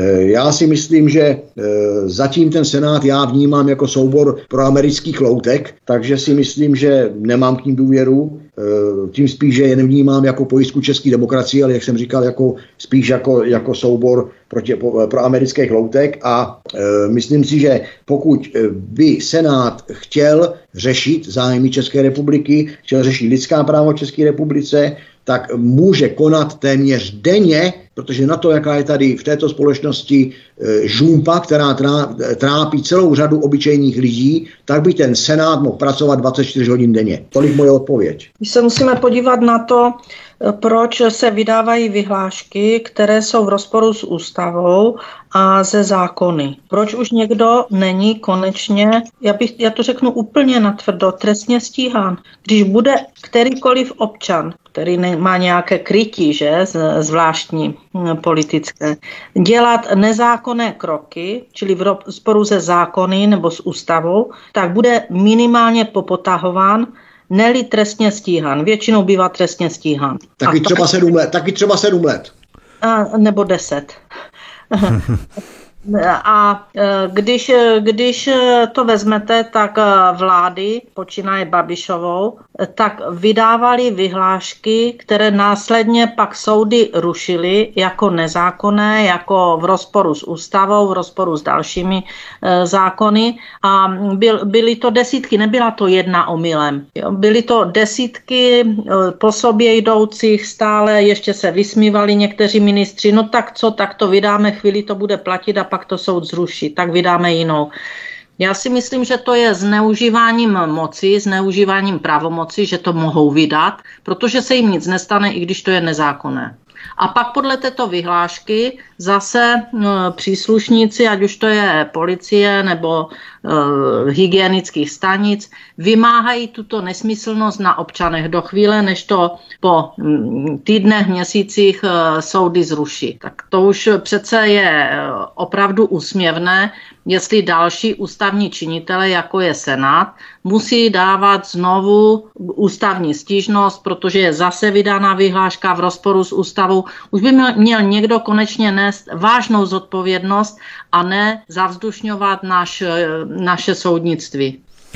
Já si myslím, že zatím ten Senát já vnímám jako soubor proamerických loutek, takže si myslím, že nemám k ním důvěru. Tím spíš, že je nevnímám jako pojistku české demokracie, ale jak jsem říkal, jako, spíš jako, jako soubor proti, pro amerických loutek. A e, myslím si, že pokud by Senát chtěl řešit zájmy České republiky, chtěl řešit lidská práva v České republice, tak může konat téměř denně, protože na to, jaká je tady v této společnosti e, žumpa, která trápí celou řadu obyčejných lidí, tak by ten Senát mohl pracovat dvacet čtyři hodin denně. Tolik moje odpověď. My se musíme podívat na to, proč se vydávají vyhlášky, které jsou v rozporu s ústavou a ze zákony. Proč už někdo není konečně, já, bych, já to řeknu úplně natvrdo, trestně stíhán. Když bude kterýkoliv občan, který má nějaké krytí, že, zvláštní politické, dělat nezákonné kroky, čili v rozporu se zákony nebo s ústavou, tak bude minimálně popotahován, ne-li trestně stíhán. Většinou bývá trestně stíhán. Taky a třeba sedm let. Taky třeba sedm let. A, nebo deset. A když, když to vezmete, tak vlády, počínaje Babišovou, tak vydávali vyhlášky, které následně pak soudy rušily jako nezákonné, jako v rozporu s ústavou, v rozporu s dalšími zákony. A byl, byly to desítky, nebyla to jedna omylem. Byly to desítky po sobě jdoucích, stále ještě se vysmívali někteří ministři, no tak co, tak to vydáme, chvíli to bude platit a pak to soud zruší, tak vydáme jinou. Já si myslím, že to je zneužíváním moci, zneužíváním pravomoci, že to mohou vydat, protože se jim nic nestane, i když to je nezákonné. A pak podle této vyhlášky zase no, příslušníci, ať už to je policie nebo hygienických stanic, vymáhají tuto nesmyslnost na občanech do chvíle, než to po týdnech, měsících soudy zruší. Tak to už přece je opravdu úsměvné, jestli další ústavní činitele, jako je Senát, musí dávat znovu ústavní stížnost, protože je zase vydána vyhláška v rozporu s ústavou. Už by měl někdo konečně nést vážnou zodpovědnost a ne zavzdušňovat naš, naše soudnictví.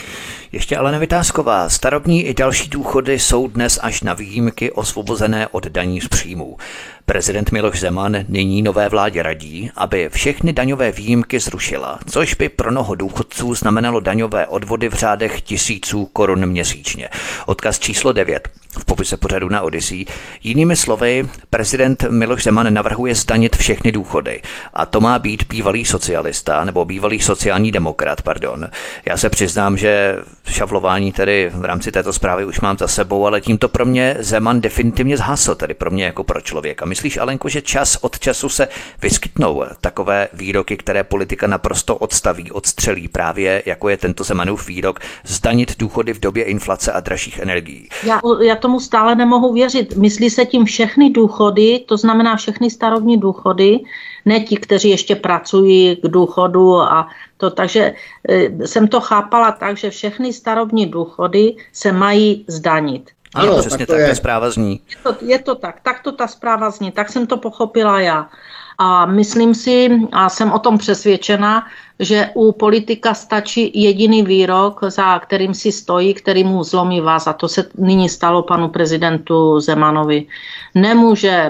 Ještě Alena Vitásková, starobní i další důchody jsou dnes až na výjimky osvobozené od daní z příjmů. Prezident Miloš Zeman nyní nové vládě radí, aby všechny daňové výjimky zrušila, což by pro mnoho důchodců znamenalo daňové odvody v řádech tisíců korun měsíčně. Odkaz číslo devět v popise pořadu na Odyssey. Jinými slovy, prezident Miloš Zeman navrhuje zdanit všechny důchody. A to má být bývalý socialista, nebo bývalý sociální demokrat, pardon. Já se přiznám, že šavlování tedy v rámci této zprávy už mám za sebou, ale tímto pro mě Zeman definitivně zhasl, tedy pro mě jako pro člověka. Myslíš, Alenko, že čas od času se vyskytnou takové výroky, které politika naprosto odstaví, odstřelí, právě jako je tento Zemanův výrok, zdanit důchody v době inflace a dražších energií? Já, já tomu stále nemohu věřit. Myslí se tím všechny důchody, to znamená všechny starobní důchody, ne ti, kteří ještě pracují k důchodu a to, takže e, jsem to chápala tak, že všechny starobní důchody se mají zdanit. Ano, ano, přesně tak, tak ta zpráva zní. Je to, je to tak, tak to ta zpráva zní, tak jsem to pochopila já. A myslím si, a jsem o tom přesvědčena, že u politika stačí jediný výrok, za kterým si stojí, který mu zlomí vás. A to se nyní stalo panu prezidentu Zemanovi. Nemůže e,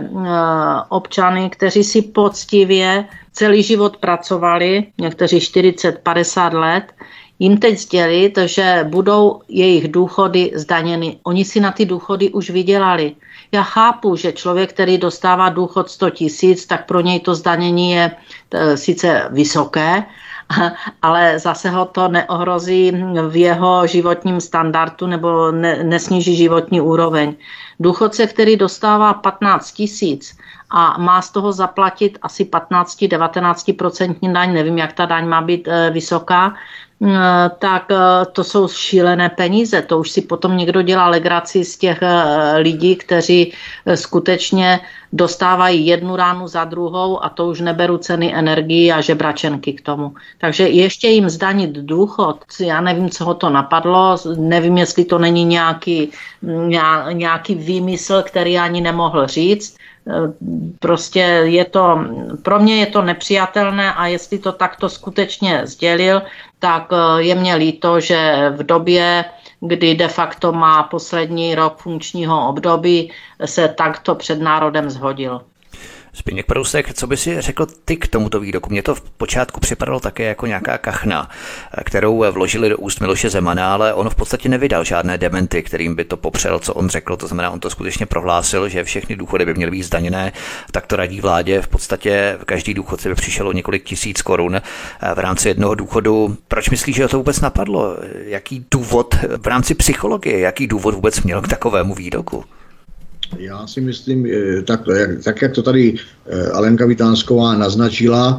občany, kteří si poctivě celý život pracovali, někteří čtyřicet padesát let, jim teď sdělit, že budou jejich důchody zdaněny. Oni si na ty důchody už vydělali. Já chápu, že člověk, který dostává důchod sto tisíc, tak pro něj to zdanění je e, sice vysoké, ale zase ho to neohrozí v jeho životním standardu nebo ne, nesníží životní úroveň. Důchodce, který dostává patnáct tisíc a má z toho zaplatit asi patnáct až devatenáct procent daň, nevím, jak ta daň má být e, vysoká, tak to jsou šílené peníze. To už si potom někdo dělá legraci z těch lidí, kteří skutečně dostávají jednu ránu za druhou a to už neberu ceny energii a žebračenky k tomu. Takže ještě jim zdanit důchod, já nevím, co ho to napadlo, nevím, jestli to není nějaký, nějaký výmysl, který ani nemohl říct. Prostě je to, pro mě je to nepřijatelné a jestli to takto skutečně sdělil, tak je mě líto, že v době, kdy de facto má poslední rok funkčního období, se takto před národem zhodil. Zbyněk Prousek, co by si řekl ty k tomuto výroku? Mně to v počátku připadalo také jako nějaká kachna, kterou vložili do úst Miloše Zemana, ale on v podstatě nevydal žádné dementy, kterým by to popřel, co on řekl. To znamená, on to skutečně prohlásil, že všechny důchody by měly být zdaněné. Tak to radí vládě. V podstatě každý důchodce by přišel o několik tisíc korun v rámci jednoho důchodu. Proč myslíš, že ho to vůbec napadlo? Jaký důvod v rámci psychologie, jaký důvod vůbec měl k takovému výroku? Já si myslím, tak, jak, tak jak to tady Alenka Vitánsková naznačila,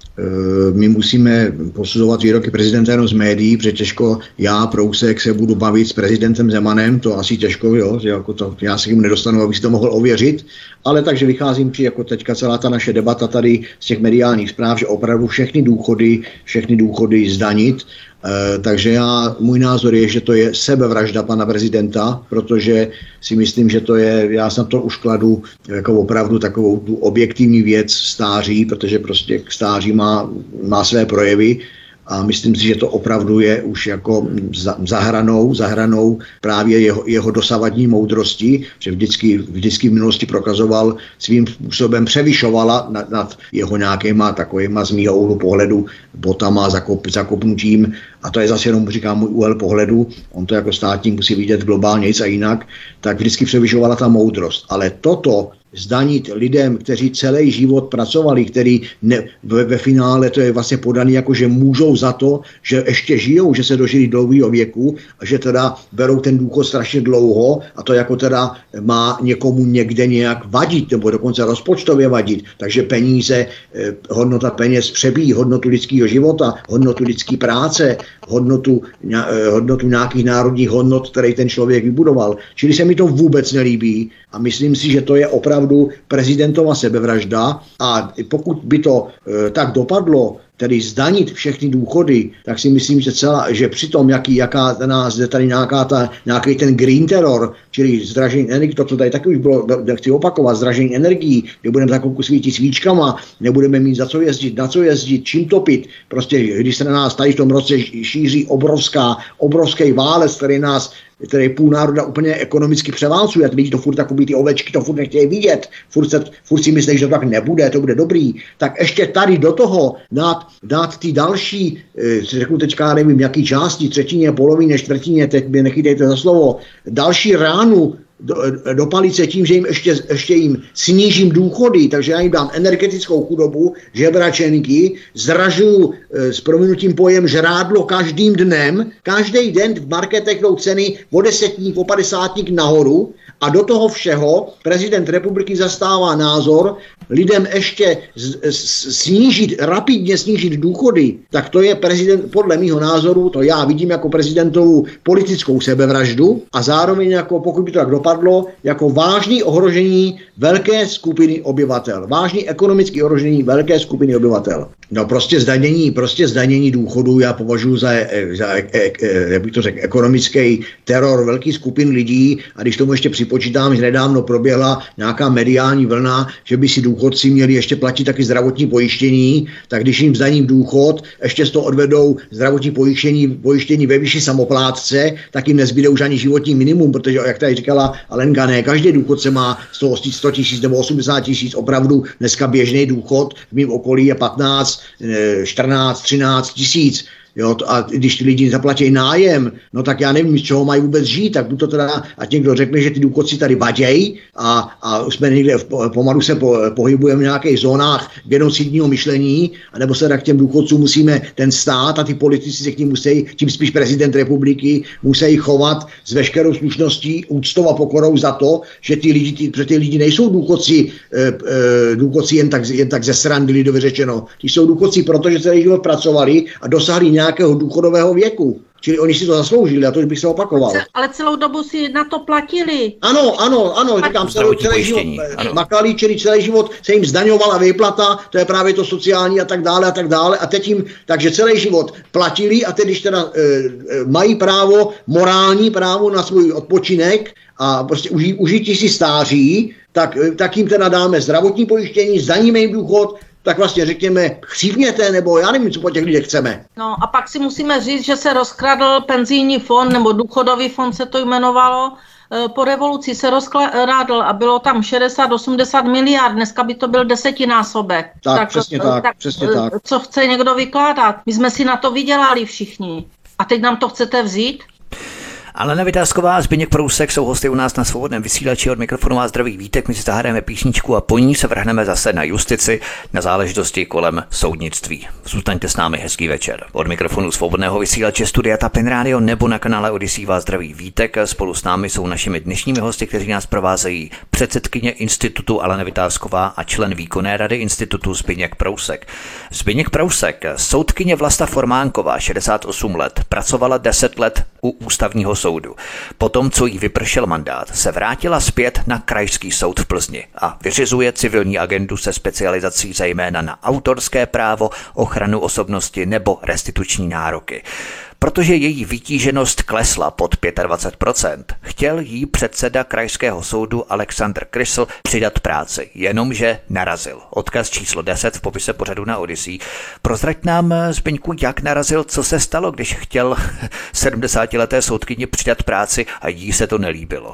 my musíme posuzovat výroky prezidenta jenom z médií, protože těžko já, Prousek, se budu bavit s prezidentem Zemanem, to asi těžko, jo, že jako to, já se jim nedostanu, abych si to mohl ověřit, ale takže vycházím při, jako teďka celá ta naše debata tady z těch mediálních zpráv, že opravdu všechny důchody, všechny důchody zdanit. E, takže já, můj názor je, že to je sebevražda pana prezidenta, protože si myslím, že to je, já jsem to už kladu jako opravdu takovou tu objektivní věc stáří, protože prostě stáří má, má své projevy a myslím si, že to opravdu je už jako za, za hranou, za hranou právě jeho, jeho dosavadní moudrosti, že vždycky, vždycky v minulosti prokazoval svým způsobem, převyšovala nad, nad jeho nějakýma takovýma z mýho úhlu pohledu botama, zakop, zakopnutím a to je zase jenom, říkám, můj úhel pohledu, on to jako státník musí vidět globálně nic a jinak, tak vždycky převyšovala ta moudrost. Ale toto, zdanit lidem, kteří celý život pracovali, který ne, ve, ve finále to je vlastně podaný jako, že můžou za to, že ještě žijou, že se dožili dlouhého věku a že teda berou ten důchod strašně dlouho a to jako teda má někomu někde nějak vadit nebo dokonce rozpočtově vadit. Takže peníze, hodnota peněz přebíjí hodnotu lidského života, hodnotu lidské práce, hodnotu, hodnotu nějakých národních hodnot, které ten člověk vybudoval. Čili se mi to vůbec nelíbí a myslím si, že to je opravdu prezidentova sebevražda a pokud by to e, tak dopadlo, tedy zdanit všechny důchody, tak si myslím, že, celá, že přitom, jaký, jaká nás jde tady nějaká ta, nějaký ten green terror, čili zdražení energií, to, co tady taky už bylo, nechci opakovat, zdražení energií, kde budeme takovou svítit svíčkama, nebudeme mít za co jezdit, na co jezdit, čím topit. Prostě, když se na nás tady v tom roce šíří obrovská, obrovský válec, který nás který půl národa úplně ekonomicky převálcuje. Lidi to furt takový ty ovečky, to furt nechtějí vidět, furt, se, furt si myslí, že to tak nebude, to bude dobrý. Tak ještě tady do toho dát, dát ty další, řeknu teďka, nevím, jaký části, třetině, polovině, čtvrtině, teď mě nechytejte za slovo, další ránu do, do palice tím, že jim ještě, ještě jim snížím důchody, takže já jim dám energetickou chudobu, žebračenky, zdražuju s prominutím pojem žrádlo každým dnem, každý den v marketech jdou ceny o desetník, o padesátník nahoru a do toho všeho prezident republiky zastává názor, lidem ještě z, z, snížit, rapidně snížit důchody, tak to je prezident, podle mýho názoru, to já vidím jako prezidentovu politickou sebevraždu a zároveň jako, pokud by to tak dopadlo, jako vážný ohrožení velké skupiny obyvatel. Vážný ekonomický ohrožení velké skupiny obyvatel. No prostě zdanění, prostě zdanění důchodů já považuji za, za jak bych to řekl, ekonomický teror velký skupin lidí a když tomu ještě připočítám, že nedávno proběhla nějaká mediální vlna, že by si důchodci měli ještě platit taky zdravotní pojištění, tak když jim zdaním důchod, ještě z toho odvedou zdravotní pojištění, pojištění ve výši samoplátce, tak jim nezbyde už ani životní minimum, protože jak tady říkala Alenka, ne každý důchodce má sto tisíc nebo osmdesát tisíc opravdu dneska běžný důchod, v mém okolí je patnáct, čtrnáct, třináct tisíc. Jo, a když ty lidi zaplatí nájem, no tak já nevím, z čeho mají vůbec žít, tak to teda, ať někdo řekne, že ty důchodci tady vadějí a, a jsme někde, pomalu se po, pohybujeme v nějakých zónách genocidního myšlení, anebo se tak k těm důchodcům musíme, ten stát a ty politici se k ním musí, tím spíš prezident republiky, musí chovat s veškerou slušností, úctou a pokorou za to, že ty lidi, ty, protože ty lidi nejsou důchodci, e, e, důchodci jen tak, jen tak ze srandy lidově řečeno. Ti jsou důchodci, protože celý život pracovali a dosáhli nějakého důchodového věku. Čili oni si to zasloužili, a to bych se opakoval. Ale celou dobu si na to platili. Ano, ano, ano, říkám, celý, celý život makali, čili celý život se jim zdaňovala výplata, to je právě to sociální a tak dále a tak dále. A teď jim, takže celý život platili a teď, když teda e, e, mají právo, morální právo na svůj odpočinek a prostě uži, užití si stáří, tak, tak jim teda dáme zdravotní pojištění, zdaníme jim důchod, tak vlastně řekněme chřívněte, nebo já nevím, co po těch lidech chceme. No a pak si musíme říct, že se rozkradl penzijní fond, nebo důchodový fond se to jmenovalo, po revoluci se rozkrádl a bylo tam šedesát osmdesát miliard, dneska by to byl desetinásobek. Tak, tak přesně tak, tak, přesně tak. Co chce někdo vykládat? My jsme si na to vydělali všichni. A teď nám to chcete vzít? Alena Vitásková, Zbyněk Prousek jsou hosty u nás na Svobodném vysílači. Od mikrofonu vás zdraví Vítek, my si zahrajeme písničku a po ní se vrhneme zase na justici, na záležitosti kolem soudnictví. Zůstaňte s námi, hezký večer. Od mikrofonu Svobodného vysílače Studia Tapin Radio nebo na kanále Odyssey vás zdraví Vítek. Spolu s námi jsou našimi dnešními hosty, kteří nás provázejí předsedkyně institutu Alena Vitásková a člen výkonné rady institutu Zbyněk Prousek. Zbyněk Prousek, soudkyně Vlasta Formánková, šedesát osm let, pracovala deset let u ústavního soudu. Potom, co jí vypršel mandát, se vrátila zpět na Krajský soud v Plzni a vyřizuje civilní agendu se specializací zejména na autorské právo, ochranu osobnosti nebo restituční nároky. Protože její vytíženost klesla pod dvacet pět procent, chtěl jí předseda Krajského soudu Alexandr Krysl přidat práci, jenomže narazil. Odkaz číslo deset v popise pořadu na Odyssey. Prozrať nám, Zbyňku, jak narazil, co se stalo, když chtěl sedmdesátileté soudkyni přidat práci a jí se to nelíbilo.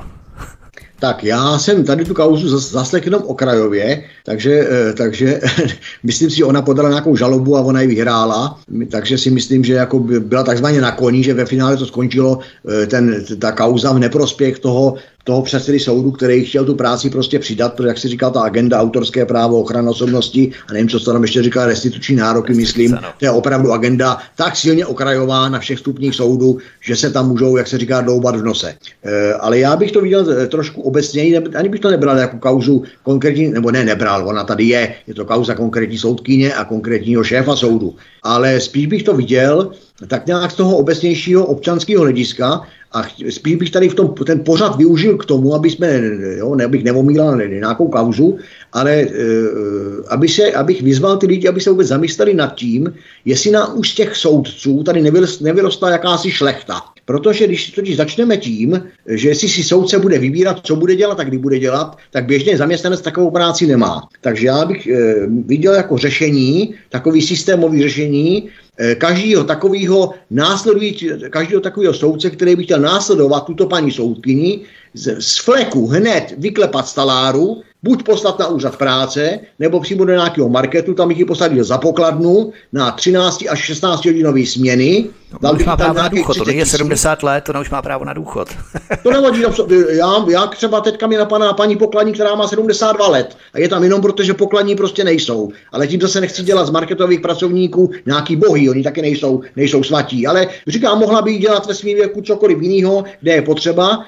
Tak já jsem tady tu kauzu zaslechl jenom okrajově, takže, takže myslím si, že ona podala nějakou žalobu a ona ji vyhrála, takže si myslím, že jako byla takzvaně na koni, že ve finále to skončilo ten, ta kauza v neprospěch toho, toho předsedy soudu, který chtěl tu práci prostě přidat, protože jak si říkal, ta agenda autorské právo, ochrana osobnosti a nevím, co se tam ještě říká, restituční nároky, myslím, to je opravdu agenda tak silně okrajová na všech stupních soudu, že se tam můžou, jak se říká, doubat v nose. E, ale já bych to viděl trošku obecněji, ne, ani bych to nebral jako kauzu konkrétní, nebo ne, nebral, ona tady je, je to kauza konkrétní soudkyně a konkrétního šéfa soudu, ale spíš bych to viděl tak nějak z toho obecnějšího občanského hlediska a spíš bych tady v tom ten pořad využil k tomu, aby jsme, jo, ne, abych neomílal nějakou kauzu, ale uh, aby se, abych vyzval ty lidi, aby se vůbec zamysleli nad tím, jestli na už těch soudců tady nevyrostla jakási šlechta. Protože když totiž začneme tím, že jestli si soudce bude vybírat, co bude dělat a kdy bude dělat, tak běžně zaměstnanec takovou práci nemá. Takže já bych e, viděl jako řešení, takový systémový řešení, e, každého takového následující, každého takového soudce, který by chtěl následovat tuto paní soudkyni, z, z fleku hned vyklepat z taláru, buď poslat na úřad práce, nebo přímo do nějakého marketu, tam bych ji posadil za pokladnu na třináct až šestnáct hodinové směny. No, už má právo na důchod, to je sedmdesát let, to už má právo na důchod. To nevadí, já, já třeba teďka mi napadá paní pokladní, která má sedmdesát dva let a je tam jenom proto, že pokladní prostě nejsou. Ale tím zase nechci dělat z marketových pracovníků nějaký bohy, oni taky nejsou, nejsou svatí. Ale říkám, mohla by dělat ve svým věku cokoliv jiného, kde je potřeba.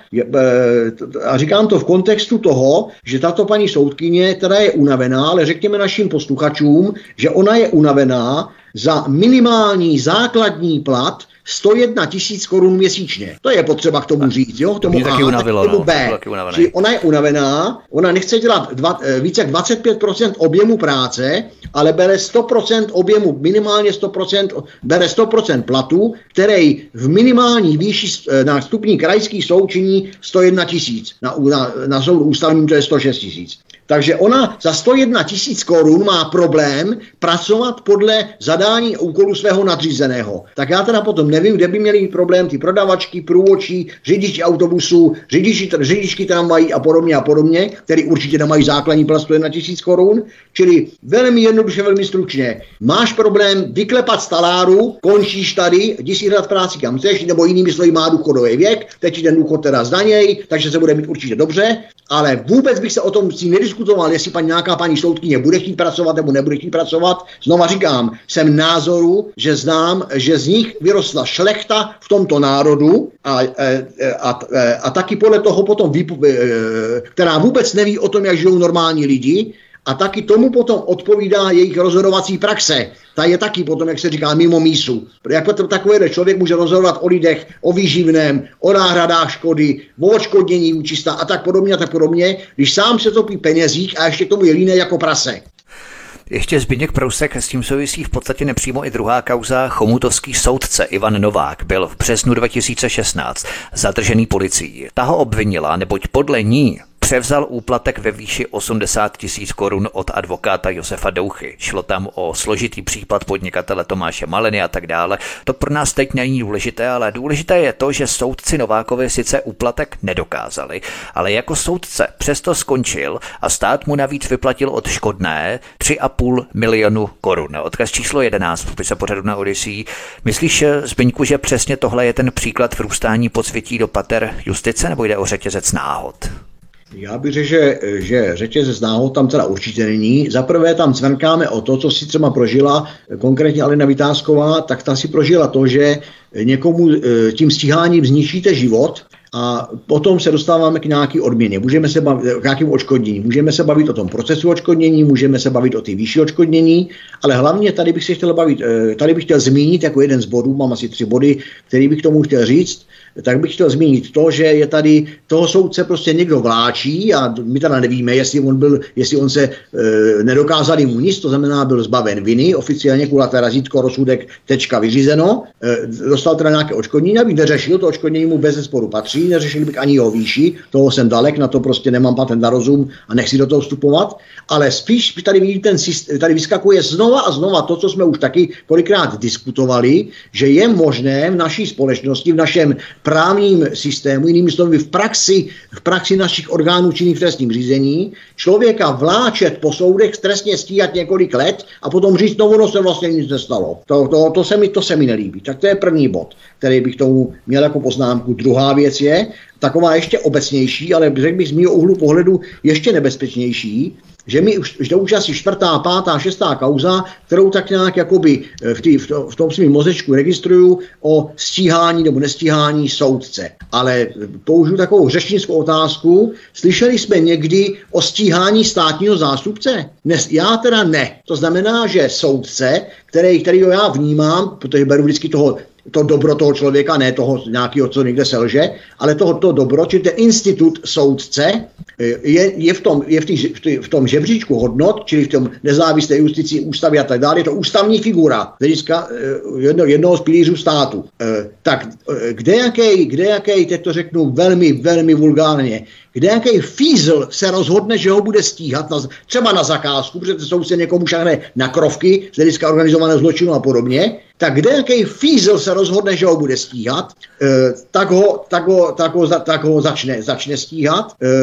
A říkám to v kontextu toho, že tato paní soudkyně, která je unavená, ale řekněme našim posluchačům, že ona je unavená za minimální základní plat sto jedna tisíc korun měsíčně. To je potřeba k tomu říct, jo? K tomu A, taky unavilo, k tomu no, B. Že ona je unavená, ona nechce dělat dva, více jak dvacet pět procent objemu práce, ale bere sto procent objemu, minimálně sto procent, bere sto procent platu, který v minimální výši na stupni krajský soud činí sto jedna tisíc. Na, na, na soudu ústavním to je sto šest tisíc. Takže ona za sto jedna tisíc korun má problém pracovat podle zadání úkolu svého nadřízeného. Tak já teda potom nevím, kde by měli problém ty prodavačky, průvodčí, řidiči autobusů, řidiči, řidičky tramvají a podobně a podobně, který určitě nemají základní plat sto jedna tisíc korun. Čili velmi jednoduše, velmi stručně. Máš problém vyklepat z taláru, končíš tady, jdi si hrát práci kam chceš, nebo jinými slovy má důchodový věk, teď ten důchod teda zdaněj, takže se bude mít určitě dobře, ale vůbec bych se o tom si nediskutoval, jestli paní, nějaká paní soudkyně bude chtít pracovat nebo nebude chtít pracovat. Znova říkám, jsem názoru, že znám, že z nich vyrostla šlechta v tomto národu a, a, a, a taky podle toho potom, která vůbec neví o tom, jak žijou normální lidi, a taky tomu potom odpovídá jejich rozhodovací praxe. Ta je taky potom, jak se říká, mimo mísu. Jak takový člověk může rozhodovat o lidech, o výživném, o náhradách škody, o odškodnění účista a tak podobně a tak podobně, když sám se topí penězích a ještě k tomu je línej jako prase. Ještě Zbyněk Prousek, s tím souvisí v podstatě nepřímo i druhá kauza. Chomutovský soudce Ivan Novák byl v březnu dva tisíce šestnáct zadržený policií. Ta ho obvinila, neboť podle ní převzal úplatek ve výši osmdesát tisíc korun od advokáta Josefa Douchy. Šlo tam o složitý případ podnikatele Tomáše Maliny a tak dále. To pro nás teď není důležité, ale důležité je to, že soudci Novákovi sice úplatek nedokázali, ale jako soudce přesto skončil a stát mu navíc vyplatil odškodné tři a půl milionu korun. Odkaz číslo jedenáct v popise pořadu na Odyssey. Myslíš, Zbyňku, že přesně tohle je ten příklad vrůstání podsvětí do pater justice, nebo jde o řetězec náhod? Já bych řekl, že, že řetězec náhod tam teda určitě není. Za prvé tam cvrnkáme o to, co si třeba prožila konkrétně Alena Vitásková, tak ta si prožila to, že někomu tím stíháním zničíte život a potom se dostáváme k nějaký odměně. Můžeme se bavit k nějakým odškodnění. Můžeme se bavit o tom procesu odškodnění, můžeme se bavit o ty výšší odškodnění, ale hlavně tady bych se chtěl bavit, tady bych chtěl zmínit jako jeden z bodů, mám asi tři body, který bych tomu chtěl říct, tak bych chtěl zmínit to, že je tady toho soudce prostě někdo vláčí a my teda nevíme, jestli on byl, jestli on se e, nedokázali mu nic, to znamená byl zbaven viny, oficiálně kulaté razítko, rozsudek, tečka, vyřízeno, e, dostal teda nějaké odškodnění, abych neřešil, to odškodnění mu bez zesporu patří, neřešil bych ani jeho výši, toho jsem dalek, na to prostě nemám patent na rozum a nechci do toho vstupovat, ale spíš tady vidím ten systém, tady vyskakuje znova a znova to, co jsme už taky kolikrát diskutovali, že je možné v naší společnosti, v našem právním systému, jinými slovy v praxi, v praxi našich orgánů činných v trestním řízení, člověka vláčet po soudech, trestně stíhat několik let a potom říct, no ono se vlastně nic nestalo. To, to, to, se mi, to se mi nelíbí. Tak to je první bod, který bych tomu měl jako poznámku. Druhá věc je taková ještě obecnější, ale řekl bych z mého úhlu pohledu ještě nebezpečnější, že mi už, že už asi čtvrtá, pátá, šestá kauza, kterou tak nějak jakoby v, tý, v, to, v tom svým mozečku registruju o stíhání nebo nestíhání soudce. Ale použiju takovou řečnickou otázku. Slyšeli jsme někdy o stíhání státního zástupce? Nes, já teda ne. To znamená, že soudce, který, kterýho já vnímám, protože beru vždycky toho to dobro toho člověka, ne toho nějakého, co někde selže, ale toho to dobro, či ten institut soudce je, je, v, tom, je v, tý, v, tý, v tom žebříčku hodnot, čili v tom nezávislé justici, ústavě a tak dále, je to ústavní figura, hlediska jedno, jednoho z pilířů státu. Tak kde jaký, kde jaký, teď to řeknu velmi, velmi vulgárně, kde jaký fízl se rozhodne, že ho bude stíhat, na, třeba na zakázku, protože jsou se někomu šahne na krovky z hlediska organizovaného zločinu a podobně, tak kde jaký fízl se rozhodne, že ho bude stíhat, eh, tak, ho, tak, ho, tak, ho, tak ho začne, začne stíhat. Eh,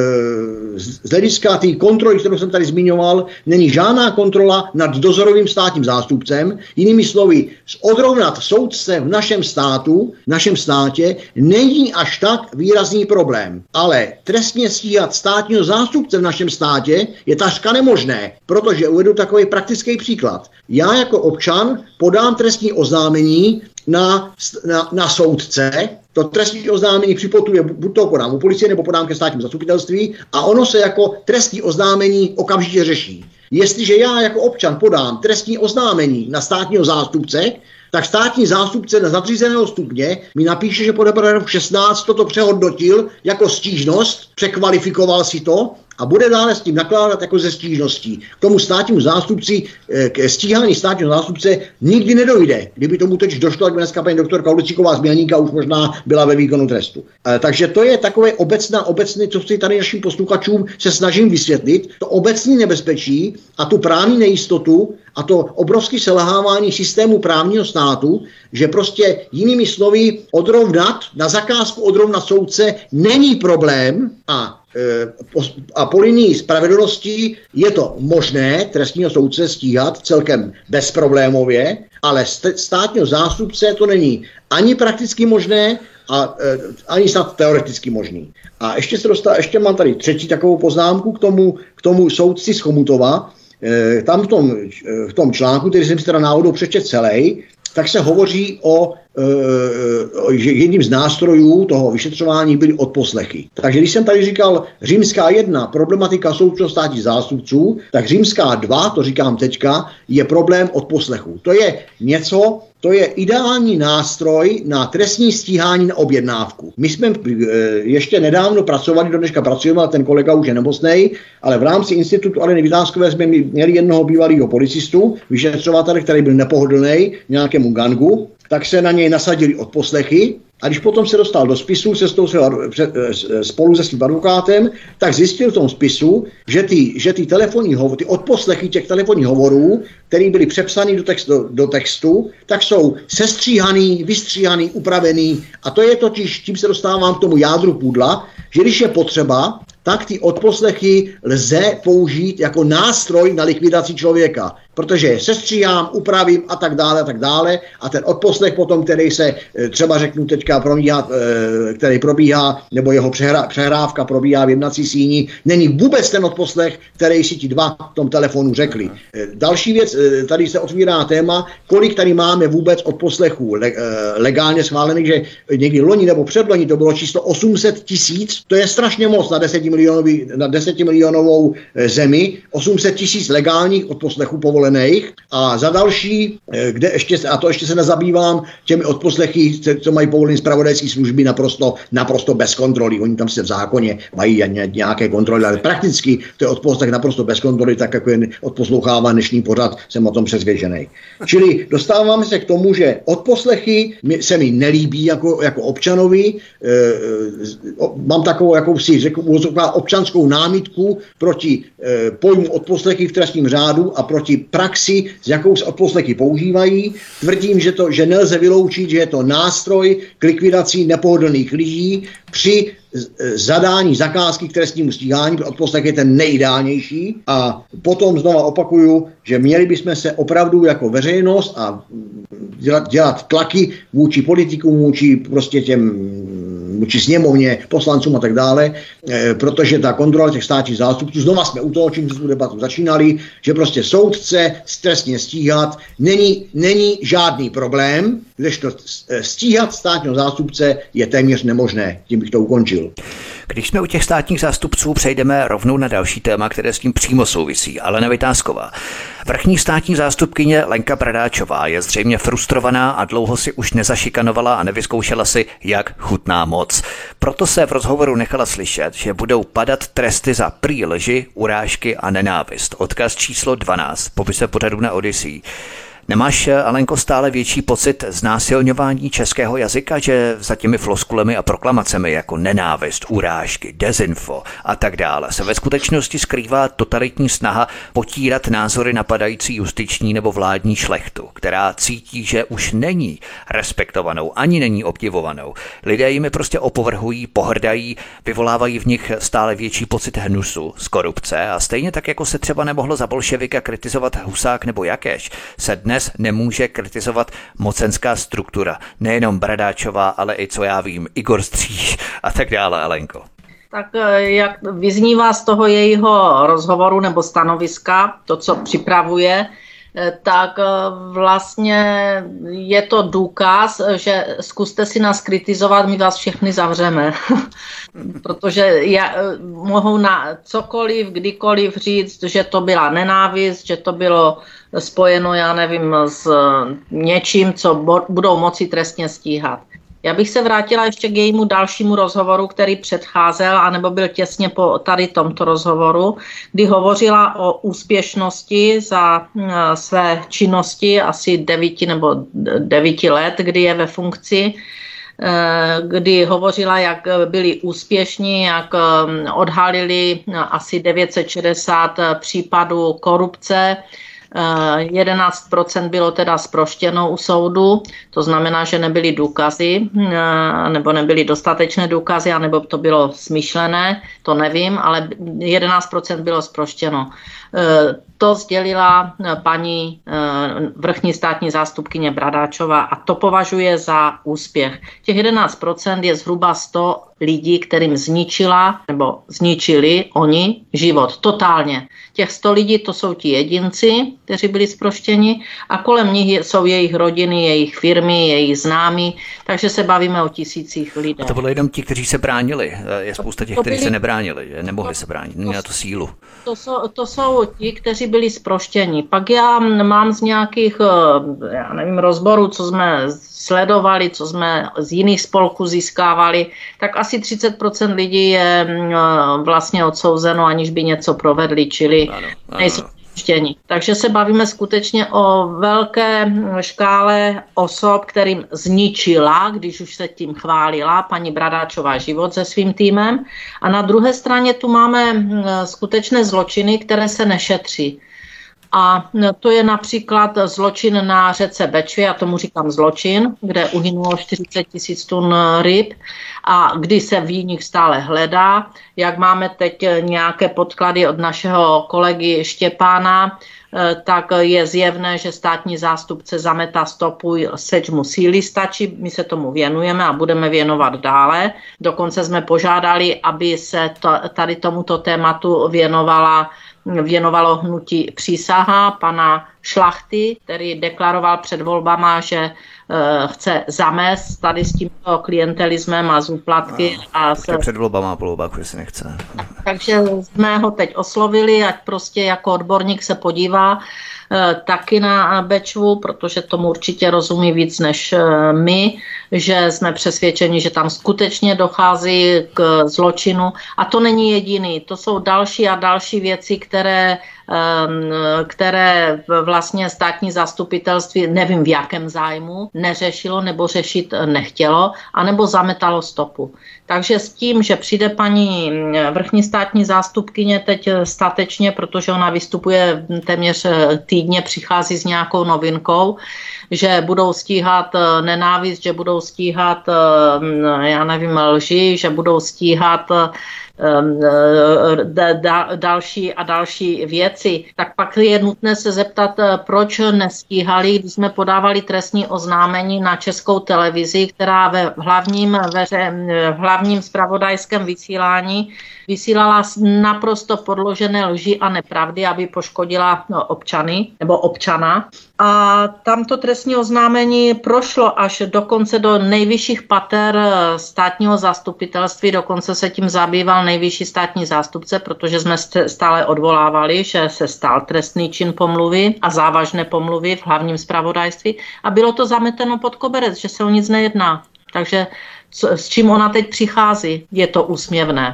z hlediska té kontroly, kterou jsem tady zmiňoval, není žádná kontrola nad dozorovým státním zástupcem. Jinými slovy, odrovnat soudce v našem státu, v našem státě, není až tak výrazný problém. Ale trestně stíhat státního zástupce v našem státě je takřka nemožné, protože uvedu takový praktický příklad. Já jako občan podám trestní oznámení na, na, na soudce, to trestní oznámení připotuje, buď to podám u policie, nebo podám ke státnímu zastupitelství a ono se jako trestní oznámení okamžitě řeší. Jestliže já jako občan podám trestní oznámení na státního zástupce, tak státní zástupce na nadřízeného stupně mi napíše, že podle paragrafu šestnáct toto přehodnotil jako stížnost, překvalifikoval si to a bude dále s tím nakládat jako ze stížností. K tomu státnímu zástupci, k stíhání státního zástupce nikdy nedojde. Kdyby tomu teď došlo, jak by dneska paní doktorka Lucíková z Mělníka už možná byla ve výkonu trestu. E, takže to je takové obecná, obecné, co si tady našim posluchačům se snažím vysvětlit, to obecné nebezpečí a tu právní nejistotu a to obrovské selhávání systému právního státu, že prostě jinými slovy odrovnat, na zakázku odrovnat soudce není problém a a po linii spravedlnosti je to možné trestního soudce stíhat celkem bezproblémově, ale státního zástupce to není ani prakticky možné a ani snad teoreticky možný. A ještě se dostal, ještě mám tady třetí takovou poznámku k tomu, k tomu soudci z Chomutova. Tam v tom, v tom článku, který jsem si teda náhodou přečet celý, tak se hovoří o, e, že jedním z nástrojů toho vyšetřování byly odposlechy. Takže když jsem tady říkal římská jedna, problematika soudců státních zástupců, tak římská dva, to říkám teďka, je problém odposlechu. To je něco, to je ideální nástroj na trestní stíhání na objednávku. My jsme e, ještě nedávno pracovali, do dneška pracujeme, ale ten kolega už je nemocnej, ale v rámci institutu Aleny Vytázkové jsme měli jednoho bývalého policistu, vyšetřovatele, který byl nepohodlný nějakému gangu, tak se na něj nasadili odposlechy a když potom se dostal do spisu se spolu se svým advokátem, tak zjistil v tom spisu, že ty, že ty telefonní hovory, ty odposlechy těch telefonních hovorů, které byly přepsané do textu, do textu, tak jsou sestříhaný, vystříhaný, upravený a to je totiž, tím se dostávám k tomu jádru pudla, že když je potřeba, tak ty odposlechy lze použít jako nástroj na likvidaci člověka, protože je sestříhám, upravím a tak dále a tak dále a ten odposlech potom, který se třeba řeknu teďka probíhá, který probíhá, nebo jeho přehrá, přehrávka probíhá v jednací síni, není vůbec ten odposlech, který si ti dva v tom telefonu řekli. Další věc, tady se otvírá téma, kolik tady máme vůbec odposlechů legálně schválených, že někdy loni nebo předloni to bylo číslo osm set tisíc, to je strašně moc na desetimilionovou zemi, osm set tisíc legálních odposlechů povolených a za další, kde ještě, a to ještě se nezabývám těmi odposlechy, co mají povolené zpravodajské služby naprosto, naprosto bez kontroly. Oni tam se v zákoně mají nějaké kontroly, ale prakticky to je odposlech naprosto bez kontroly, tak jako je odposlouchává dnešní pořad, jsem o tom přesvědčený. Čili dostáváme se k tomu, že odposlechy se mi nelíbí jako, jako občanovi. E, mám takovou jakousi, řeknu, občanskou námitku proti e, pojmu odposlechy v trestním řádu a proti praxi, s jakou se odposlechy používají. Tvrdím, že, to, že nelze vyloučit, že je to nástroj k likvidaci nepohodlných lidí při zadání zakázky k trestnímu stíhání, protože odposlech je ten nejideálnější. A potom znova opakuju, že měli bychom se opravdu jako veřejnost a dělat, dělat tlaky vůči politikům, vůči prostě těm vůči sněmovně, poslancům a tak dále, e, protože ta kontrola těch státních zástupců, znova jsme u toho, čím jsme tu debatu začínali, že prostě soudce trestně stíhat není, není žádný problém, kdežto stíhat státního zástupce je téměř nemožné. Tím bych to ukončil. Když jsme u těch státních zástupců, přejdeme rovnou na další téma, které s tím přímo souvisí. Alena Vitásková. Vrchní státní zástupkyně Lenka Bradáčová je zřejmě frustrovaná a dlouho si už nezašikanovala a nevyzkoušela si, jak chutná moc. Proto se v rozhovoru nechala slyšet, že budou padat tresty za prý lži, urážky a nenávist. Odkaz číslo dvanáct, popise pořadu na Odyssey. Nemáš, Alenko, stále větší pocit znásilňování českého jazyka, že za těmi floskulemi a proklamacemi jako nenávist, urážky, dezinfo a tak dále se ve skutečnosti skrývá totalitní snaha potírat názory napadající justiční nebo vládní šlechtu, která cítí, že už není respektovanou, ani není obdivovanou. Lidé jimi prostě opovrhují, pohrdají, vyvolávají v nich stále větší pocit hnusu z korupce a stejně tak, jako se třeba nemohlo za bolševika kritizovat Husák nebo Jakeš, se dnes nemůže kritizovat mocenská struktura. Nejenom Bradáčová, ale i, co já vím, Igor Stříž a tak dále, Alenko. Tak jak vyznívá z toho jejího rozhovoru nebo stanoviska, to, co připravuje, tak vlastně je to důkaz, že zkuste si nás kritizovat, my vás všechny zavřeme. Protože já, mohou na cokoliv, kdykoliv říct, že to byla nenávist, že to bylo spojeno, já nevím, s něčím, co bo, budou moci trestně stíhat. Já bych se vrátila ještě k jejímu dalšímu rozhovoru, který předcházel, anebo byl těsně po tady tomto rozhovoru, kdy hovořila o úspěšnosti za své činnosti asi devíti nebo devíti let, kdy je ve funkci, kdy hovořila, jak byli úspěšní, jak odhalili asi devět set šedesát případů korupce, jedenáct procent bylo teda zproštěno u soudu, to znamená, že nebyly důkazy, nebo nebyly dostatečné důkazy, anebo to bylo smyšlené, to nevím, ale jedenáct procent bylo zproštěno. To sdělila paní vrchní státní zástupkyně Bradáčová a to považuje za úspěch. Těch jedenáct procent je zhruba sto lidí, kterým zničila nebo zničili oni život totálně. Těch sto lidí to jsou ti jedinci, kteří byli zproštěni a kolem nich jsou jejich rodiny, jejich firmy, jejich známí, takže se bavíme o tisících lidí. A to bylo jenom ti, kteří se bránili. Je spousta těch, kteří se nebránili, nemohli se bránit, neměli na to sílu. To jsou, to jsou ti, kteří byli zproštěni. Pak já mám z nějakých, já nevím, rozborů, co jsme sledovali, co jsme z jiných spolků získávali, tak asi třicet procent lidí je vlastně odsouzeno, aniž by něco provedli, čili ano, ano. nejsou zproštěni. Takže se bavíme skutečně o velké škále osob, kterým zničila, když už se tím chválila, paní Bradáčová život se svým týmem. A na druhé straně tu máme skutečné zločiny, které se nešetří. A to je například zločin na řece Bečvě, já tomu říkám zločin, kde uhynulo čtyřicet tisíc tun ryb a kdy se viník stále hledá. Jak máme teď nějaké podklady od našeho kolegy Štěpána, tak je zjevné, že státní zástupce zametá stopu, seč mu síly stačí, my se tomu věnujeme a budeme věnovat dále. Dokonce jsme požádali, aby se to, tady tomuto tématu věnovala věnovalo hnutí Přísaha pana Šlachty, který deklaroval před volbama, že e, chce zamést tady s tímto klientelismem a z úplatky. No, a se... Před volbama a po volbách už se nechce. Takže jsme ho teď oslovili, ať prostě jako odborník se podívá e, taky na Bečvu, protože tomu určitě rozumí víc než e, my, že jsme přesvědčeni, že tam skutečně dochází k zločinu. A to není jediný, to jsou další a další věci, které které vlastně státní zastupitelství, nevím v jakém zájmu, neřešilo nebo řešit nechtělo, anebo zametalo stopu. Takže s tím, že přijde paní vrchní státní zástupkyně teď statečně, protože ona vystupuje téměř týdně, přichází s nějakou novinkou, že budou stíhat nenávist, že budou stíhat, já nevím, lži, že budou stíhat další a další věci, tak pak je nutné se zeptat, proč nestíhali, když jsme podávali trestní oznámení na Českou televizi, která ve hlavním, veře, v hlavním zpravodajském vysílání vysílala naprosto podložené lži a nepravdy, aby poškodila občany nebo občana. A tamto trestní oznámení prošlo až dokonce do nejvyšších pater státního zastupitelství, dokonce se tím zabýval nejvyšší státní zástupce, protože jsme stále odvolávali, že se stal trestný čin pomluvy a závažné pomluvy v hlavním zpravodajství a bylo to zameteno pod koberec, že se o nic nejedná. Takže s čím ona teď přichází, je to úsměvné.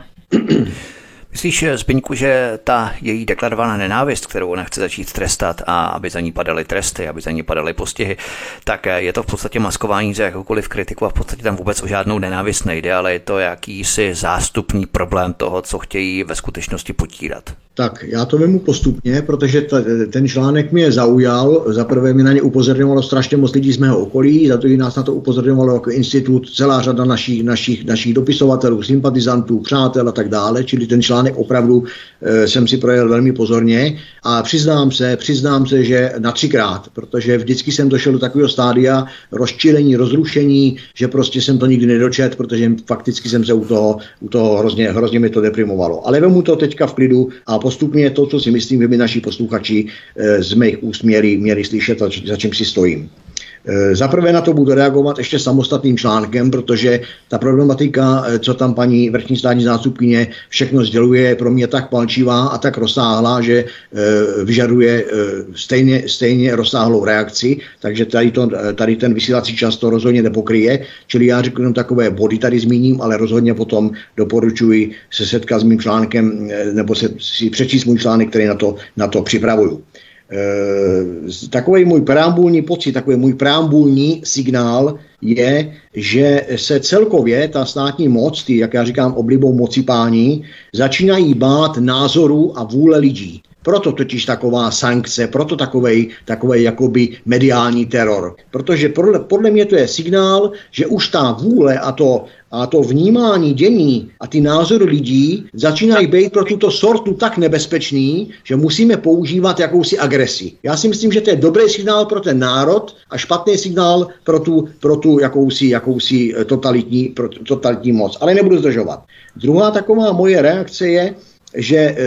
Myslíš, Zbyňku, že ta její deklarovaná nenávist, kterou ona chce začít trestat a aby za ní padaly tresty, aby za ní padaly postihy, tak je to v podstatě maskování za jakoukoliv kritiku a v podstatě tam vůbec o žádnou nenávist nejde, ale je to jakýsi zástupný problém toho, co chtějí ve skutečnosti potírat. Tak já to vemu postupně, protože ta, ten článek mě zaujal. Zaprvé mi na ně upozorňovalo strašně moc lidí z mého okolí, za to i nás na to upozorňovalo jako institut celá řada našich, našich, našich dopisovatelů, sympatizantů, přátel a tak dále, čili ten článek opravdu e, jsem si projel velmi pozorně a přiznám se, přiznám se, že na třikrát, protože vždycky jsem došel do takového stádia rozčilení, rozrušení, že prostě jsem to nikdy nedočet, protože fakticky jsem se u toho, u toho hrozně, hrozně mi to deprimovalo. Ale vemu to teďka v klidu a postupně to, co si myslím, že by naši posluchači e, z mých úst měli, měli slyšet, za, za čím si stojím. Zaprvé na to budu reagovat ještě samostatným článkem, protože ta problematika, co tam paní vrchní státní zástupkyně všechno sděluje, je pro mě tak palčivá a tak rozsáhlá, že vyžaduje stejně, stejně rozsáhlou reakci, takže tady, to, tady ten vysílací čas to rozhodně nepokryje, čili já řeknu jenom takové body tady zmíním, ale rozhodně potom doporučuji se setkat s mým článkem nebo se, si přečíst můj článek, který na to, na to připravuju. E, takový můj preambulní pocit, takový můj preambulní signál je, že se celkově ta státní moc, ty, jak já říkám, oblibou moci pání, začínají bát názorů a vůle lidí. Proto totiž taková sankce, proto takovej, takovej jakoby mediální teror. Protože podle, podle mě to je signál, že už ta vůle a to, a to vnímání dění a ty názory lidí začínají být pro tuto sortu tak nebezpečný, že musíme používat jakousi agresi. Já si myslím, že to je dobrý signál pro ten národ a špatný signál pro tu, pro tu jakousi, jakousi totalitní, pro totalitní moc. Ale nebudu zdržovat. Druhá taková moje reakce je, Že, e,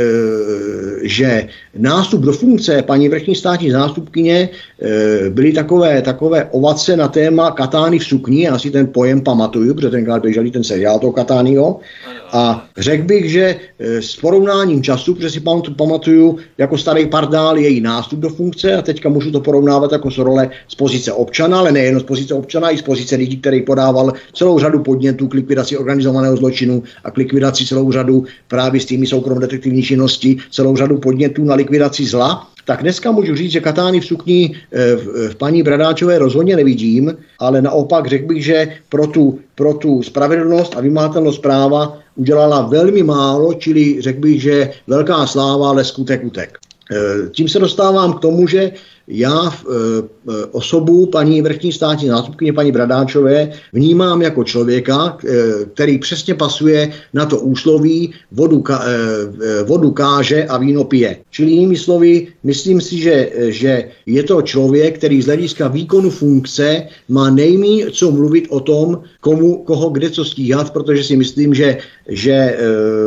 že nástup do funkce paní vrchní státní zástupkyně e, byly takové, takové ovace na téma Katány v sukni, já si ten pojem pamatuju, protože tenkrát běžel ten seriál toho Katányho a řekl bych, že e, s porovnáním času, protože si pamatuju jako starý pardál její nástup do funkce a teďka můžu to porovnávat jako z role z pozice občana, ale nejen z pozice občana, i z pozice lidí, který podával celou řadu podnětů k likvidaci organizovaného zločinu a k likvidaci celou řadu právě s těmi soukromými detektivní činnosti, celou řadu podnětů na likvidaci zla, tak dneska můžu říct, že Katány v sukni v, v paní Bradáčové rozhodně nevidím, ale naopak řekl bych, že pro tu, pro tu spravedlnost a vymahatelnost práva udělala velmi málo, čili řekl bych, že velká sláva, ale skutek utek. Tím se dostávám k tomu, že já v, e, osobu paní vrchní státní zástupkyně paní Bradáčové vnímám jako člověka, e, který přesně pasuje na to úsloví vodu, ka, e, vodu káže a víno pije. Čili jinými slovy, myslím si, že, že je to člověk, který z hlediska výkonu funkce má nejméně co mluvit o tom, komu, koho kde co stíhat, protože si myslím, že, že e,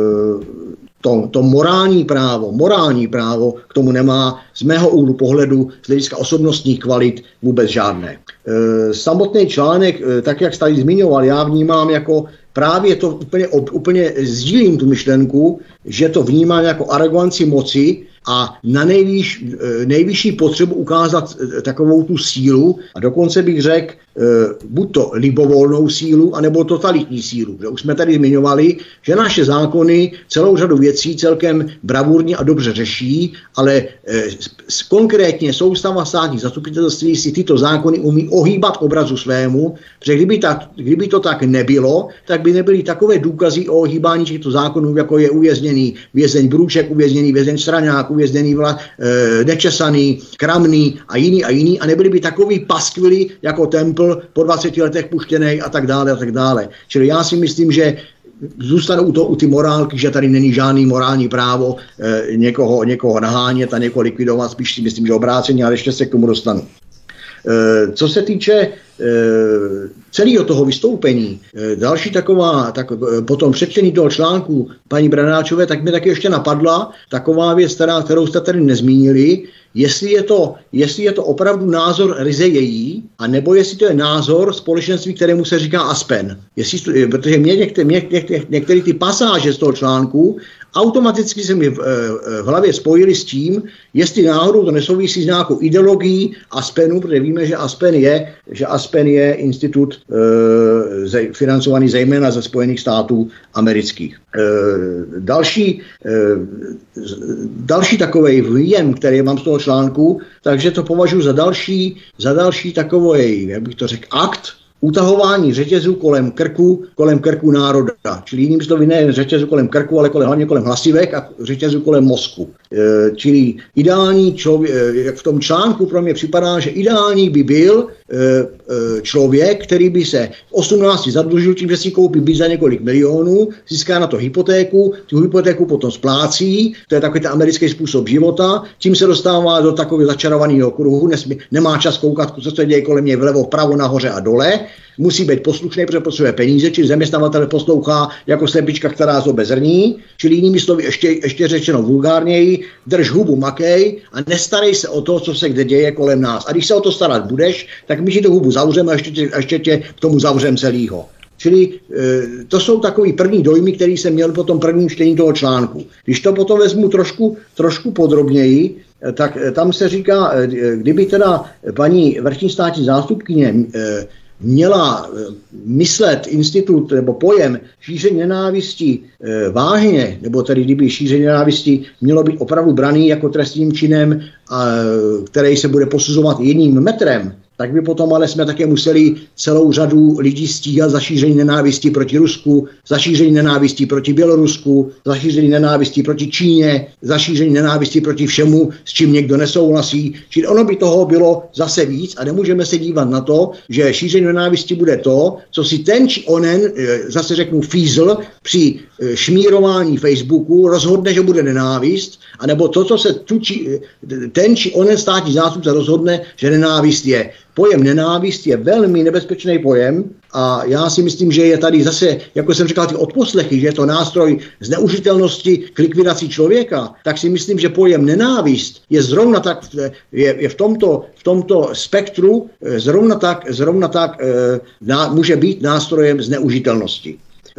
To, to morální právo, morální právo k tomu nemá z mého úhlu pohledu z hlediska osobnostních kvalit vůbec žádné. E, samotný článek, e, tak jak jste tady zmiňoval, já vnímám jako právě to úplně, úplně sdílím tu myšlenku, že to vnímám jako aroganci moci a na nejvýš, nejvyšší potřebu ukázat takovou tu sílu a dokonce bych řekl buď to libovolnou sílu, anebo totalitní sílu. Že už jsme tady zmiňovali, že naše zákony celou řadu věcí celkem bravurně a dobře řeší, ale konkrétně soustava státních zastupitelství si tyto zákony umí ohýbat obrazu svému, protože kdyby, tak, kdyby to tak nebylo, tak by nebyly takové důkazy o ohýbání těchto zákonů, jako je uvězněný vězeň Brůček, uvězněný vězeň Straňák, uvězněný vla, e, Nečesaný, Kramný a jiný a jiný, a nebyly by takový paskvily jako Templ po dvaceti letech puštěnej a tak dále a tak dále. Čili já si myslím, že zůstanou to u ty morálky, že tady není žádný morální právo e, někoho, někoho nahánět a někoho likvidovat, spíš si myslím, že obráceně, ale ještě se k tomu dostanu. E, co se týče e, celého toho vystoupení, e, další taková, tak, e, potom přečtení toho článku paní Bradáčové, tak mi taky ještě napadla taková věc, která, kterou jste tady nezmínili, jestli je to, jestli je to opravdu názor ryze její, a nebo jestli to je názor společenství, kterému se říká Aspen. Jestli, protože mě některé, mě, některé, některé ty pasáže z toho článku automaticky se mi v, v hlavě spojili s tím, jestli náhodou to nesouvisí s nějakou ideologií Aspenu, protože víme, že Aspen je, že Aspen je institut e, financovaný zejména ze Spojených států amerických. E, další, e, další takovej výjem, který mám z toho článku, takže to považuji za další, za další takovej, jak bych to řekl, akt utahování řetězů kolem krku, kolem krku národa. Čili jiným slovy ne řetězů kolem krku, ale kolem, hlavně kolem hlasivek a řetězů kolem mozku. E, čili ideální člověk, jak v tom článku pro mě připadá, že ideální by byl e, e, člověk, který by se v osmnácti zadlužil tím, že si koupí byt za několik milionů, získá na to hypotéku, tu hypotéku potom splácí, to je takový ten americký způsob života, tím se dostává do takového začarovaného kruhu, nesmí, nemá čas koukat, co se děje kolem něj vlevo, vpravo, nahoře a dole, musí být poslušný, protože potřebuje peníze, čili zaměstnavatel poslouchá jako slepička, která zobe zrní, čili jinými slovy ještě, ještě řečeno vulgárněji, drž hubu makej a nestarej se o to, co se kde děje kolem nás. A když se o to starat budeš, tak my si tu hubu zavřeme a ještě tě, ještě tě k tomu zavřeme celýho. Čili e, to jsou takový první dojmy, který jsem měl po tom prvním čtení toho článku. Když to potom vezmu trošku, trošku podrobněji, tak tam se říká, e, kdyby teda paní vrchní státní zástupkyně e, měla myslet institut nebo pojem šíření nenávisti e, vážně, nebo tedy kdyby šíření nenávisti mělo být opravdu braný jako trestným činem, a, který se bude posuzovat jedním metrem, tak by potom ale jsme také museli celou řadu lidí stíhat za šíření nenávisti proti Rusku, za šíření nenávisti proti Bělorusku, za šíření nenávisti proti Číně, za šíření nenávisti proti všemu, s čím někdo nesouhlasí. Čili ono by toho bylo zase víc a nemůžeme se dívat na to, že šíření nenávisti bude to, co si ten či onen, zase řeknu fízl, při šmírování Facebooku rozhodne, že bude nenávist, anebo to, co se tu či, ten či onen státní zástupce rozhodne, že nenávist je. Pojem nenávist je velmi nebezpečný pojem a já si myslím, že je tady zase, jako jsem říkal, ty odposlechy, že je to nástroj zneužitelnosti k likvidaci člověka, tak si myslím, že pojem nenávist je zrovna tak, je, je v, tomto, v tomto spektru zrovna tak, zrovna tak e, ná, může být nástrojem zneužitelnosti.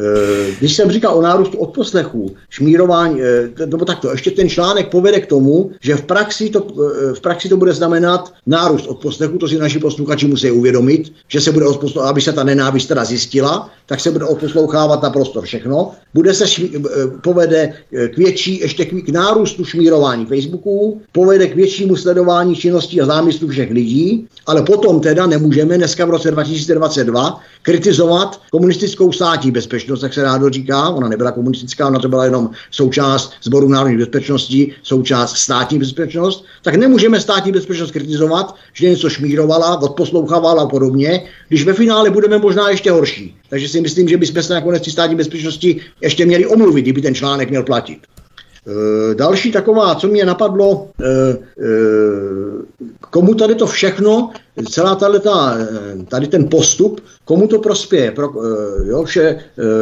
Když jsem říkal o nárůstu odposlechů, šmírování, nebo takto, ještě ten článek povede k tomu, že v praxi to, v praxi to bude znamenat nárůst odposlechů, to si naši posluchači musí uvědomit, že se bude odposlouchávat, aby se ta nenávist teda zjistila, tak se bude odposlouchávat naprosto všechno. Bude se šmí, povede k větší, ještě k, k nárůstu šmírování Facebooku, povede k většímu sledování činností a zámyslů všech lidí, ale potom teda nemůžeme dneska v roce dva tisíce dvacet dva kritizovat komunistickou státní bezpečnost, jak se rádo říká, ona nebyla komunistická, ona to byla jenom součást Sboru národní bezpečnosti, součást státní bezpečnost, tak nemůžeme státní bezpečnost kritizovat, že něco šmírovala, odposlouchávala a podobně, když ve finále budeme možná ještě horší. Takže si myslím, že bychom se nakonec státní bezpečnosti ještě měli omluvit, kdyby ten článek měl platit. E, další taková, co mě napadlo, e, e, komu tady to všechno, celá tato, tady ten postup, komu to prospěje, pro, jo, vše,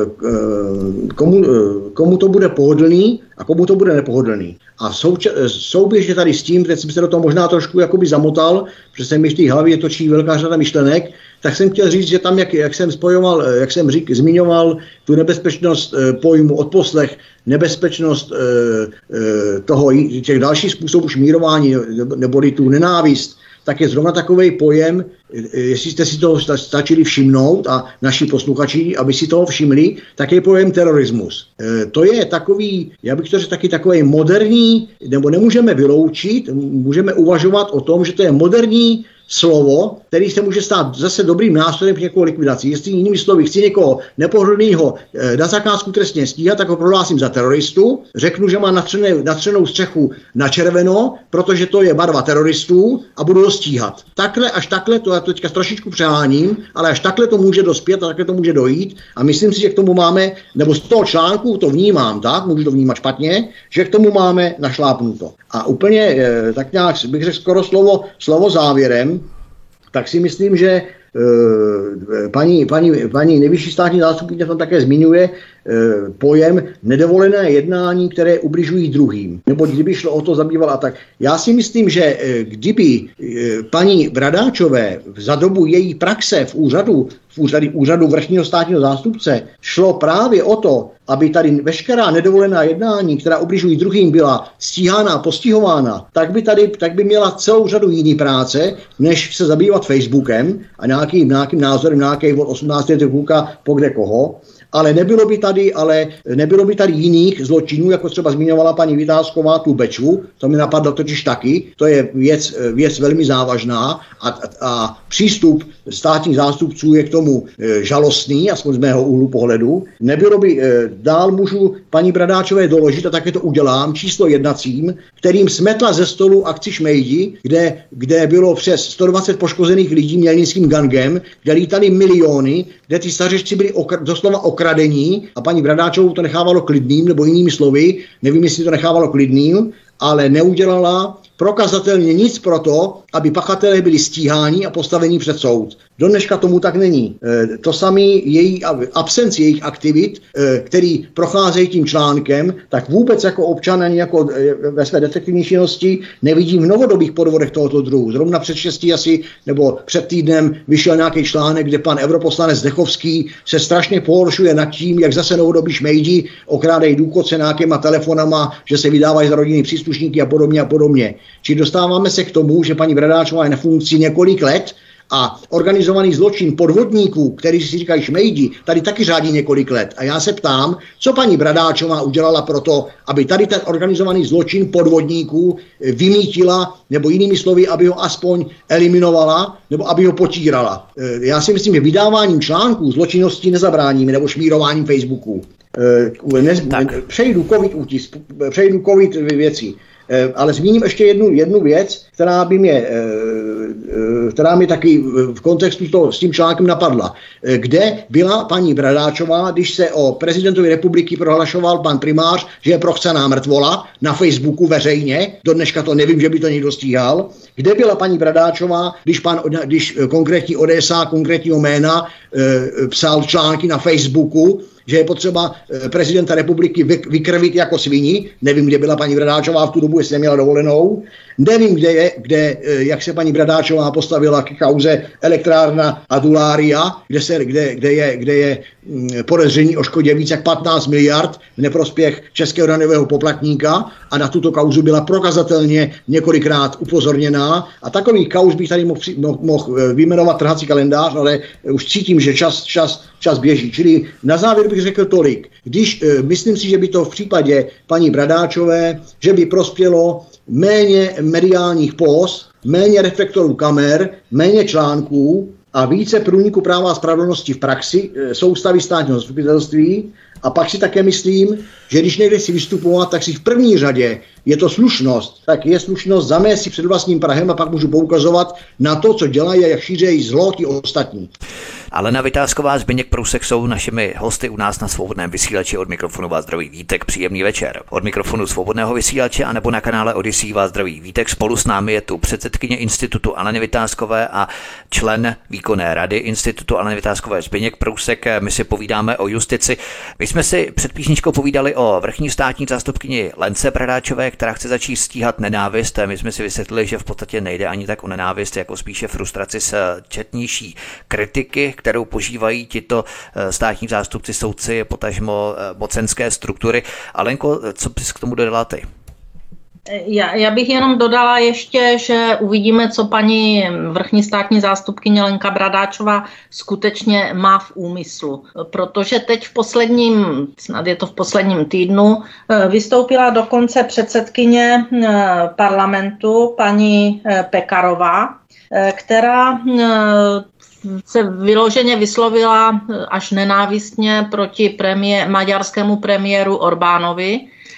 komu, komu to bude pohodlný a komu to bude nepohodlný. A souča, souběžně tady s tím, teď jsem se do toho možná trošku jakoby zamotal, protože se mi v té hlavě točí velká řada myšlenek, tak jsem chtěl říct, že tam, jak, jak jsem spojoval, jak jsem řík, zmiňoval tu nebezpečnost e, pojmu odposlech, nebezpečnost e, e, toho, těch dalších způsobů šmírování, neboli tu nenávist, tak je zrovna takový pojem, jestli jste si toho stačili všimnout a naši posluchači, aby si toho všimli, tak je pojem terorismus. To je takový, já bych to řekl taky takový moderní, nebo nemůžeme vyloučit, můžeme uvažovat o tom, že to je moderní slovo, který se může stát zase dobrým nástrojem k někoho likvidaci. Jestli jinými slovy chci někoho nepohodlného na zakázku trestně stíhat, tak ho prohlásím za teroristu, řeknu, že má natřené, natřenou střechu na červeno, protože to je barva teroristů a budu ho stíhat. Takhle, až takhle, to já to teďka trošičku přeháním, ale až takhle to může dospět a takhle to může dojít a myslím si, že k tomu máme, nebo z toho článku to vnímám tak, můžu to vnímat špatně, že k tomu máme našlápnuto. A úplně tak nějak bych řekl skoro slovo, slovo závěrem, tak si myslím, že uh, paní, paní, paní nejvyšší státní zástupkyně tam také zmiňuje uh, pojem nedovolené jednání, které ubližují druhým. Nebo kdyby šlo o to zabývat a tak. Já si myslím, že uh, kdyby uh, paní Bradáčové za dobu její praxe v úřadu, v úřadu, úřadu vrchního státního zástupce šlo právě o to, aby tady veškerá nedovolená jednání, která ubližují druhým, byla stíhána a postihována, tak by tady tak by měla celou řadu jiný práce, než se zabývat Facebookem a nějakým, nějakým názorem nějakých od osmnácti letého kluka po kde koho. Ale nebylo by tady, ale nebylo by tady jiných zločinů, jako třeba zmiňovala paní Vitásková tu Bečvu, to mi napadlo totiž taky, to je věc, věc velmi závažná a, a, a přístup státních zástupců je k tomu e, žalostný, aspoň z mého úhlu pohledu. Nebylo by, e, dál můžu paní Bradáčové doložit, a také to udělám, číslo jednacím, kterým smetla ze stolu akci Šmejdi, kde, kde bylo přes sto dvacet poškozených lidí mělnickým gangem, kde lítali miliony, kde ty stařečci byli okr- doslova okradení a paní Bradáčovou to nechávalo klidným, nebo jinými slovy, nevím, jestli to nechávalo klidným, ale neudělala prokazatelně nic pro to, aby pachatelé byli stíháni a postaveni před soud. Do dneška tomu tak není. E, to samý její absenci jejich aktivit, e, který procházejí tím článkem, tak vůbec jako občan ani jako e, ve své detektivní činnosti nevidím v novodobých podvodech tohoto druhu. Zrovna před šesti asi, nebo před týdnem vyšel nějaký článek, kde pan europoslanec Zdechovský se strašně pohoršuje nad tím, jak zase novodobí šmejdi okrádají důchodce nějakýma telefonama, že se vydávají za rodinný příslušníky a podobně a podobně. Či dostáváme se k tomu, že paní Bradáčová je na funkci několik let a organizovaný zločin podvodníků, který si říkají šmejdi, tady taky řádí několik let. A já se ptám, co paní Bradáčová udělala pro to, aby tady ten organizovaný zločin podvodníků vymítila, nebo jinými slovy, aby ho aspoň eliminovala, nebo aby ho potírala. Já si myslím, že vydáváním článků zločinností nezabráníme, nebo šmírováním Facebooku. Ne, přejdu covid útisk, přejdu covid věcí. Ale zmíním ještě jednu, jednu věc, která by mě, která mi taky v kontextu toho, s tím článkem napadla. Kde byla paní Bradáčová, když se o prezidentovi republiky prohlašoval pan primář, že je prochcená mrtvola na Facebooku veřejně, do dneška to nevím, že by to někdo stíhal. Kde byla paní Bradáčová, když, pan, když konkrétní O D S A, konkrétního jména psal články na Facebooku, že je potřeba prezidenta republiky vykrvit jako svini. Nevím, kde byla paní Bradáčová v tu dobu, jestli neměla dovolenou. Nevím, kde je, kde, jak se paní Bradáčová postavila k kauze elektrárna Adulária, kde, se, kde, kde, je, kde je podezření o škodě víc jak patnáct miliard v neprospěch českého daňového poplatníka a na tuto kauzu byla prokazatelně několikrát upozorněná. A takový kauz bych tady mohl, mohl, mohl vyjmenovat trhací kalendář, ale už cítím, že čas, čas, čas běží. Čili na závěr bych řekl tolik. Když myslím si, že by to v případě paní Bradáčové, že by prospělo méně mediálních póz, méně reflektorů kamer, méně článků a více průniku práva a spravedlnosti v praxi soustavy státního zastupitelství. A pak si také myslím, že když někde si vystupovat, tak si v první řadě je to slušnost, tak je slušnost zamést si před vlastním prahem a pak můžu poukazovat na to, co dělají a jak šířejí zlo ti ostatní. Alena Vitásková, Zbyněk Prousek jsou našimi hosty u nás na Svobodném vysílači. Od mikrofonu vás zdraví Vítek, příjemný večer. Od mikrofonu Svobodného vysílače a nebo na kanále Odyssey vás zdraví Vítek. Spolu s námi je tu předsedkyně institutu Aleny Vitáskové a člen výkonné rady institutu Aleny Vitáskové Zbyněk Prousek. My si povídáme o justici. My jsme si před písničkou povídali o vrchní státní zástupkyni Lence Bradáčové, která chce začít stíhat nenávist. My jsme si vysvětlili, že v podstatě nejde ani tak o nenávist, jako spíše frustraci z četnější kritiky, kterou požívají tito státní zástupci, soudci, potažmo mocenské struktury. Alenko, co bys k tomu dodala ty? Já, já bych jenom dodala ještě, že uvidíme, co paní vrchní státní zástupkyně Lenka Bradáčová skutečně má v úmyslu. Protože teď v posledním, snad je to v posledním týdnu, vystoupila dokonce předsedkyně parlamentu paní Pekarová, která se vyloženě vyslovila až nenávistně proti premiér, maďarskému premiéru Orbánovi.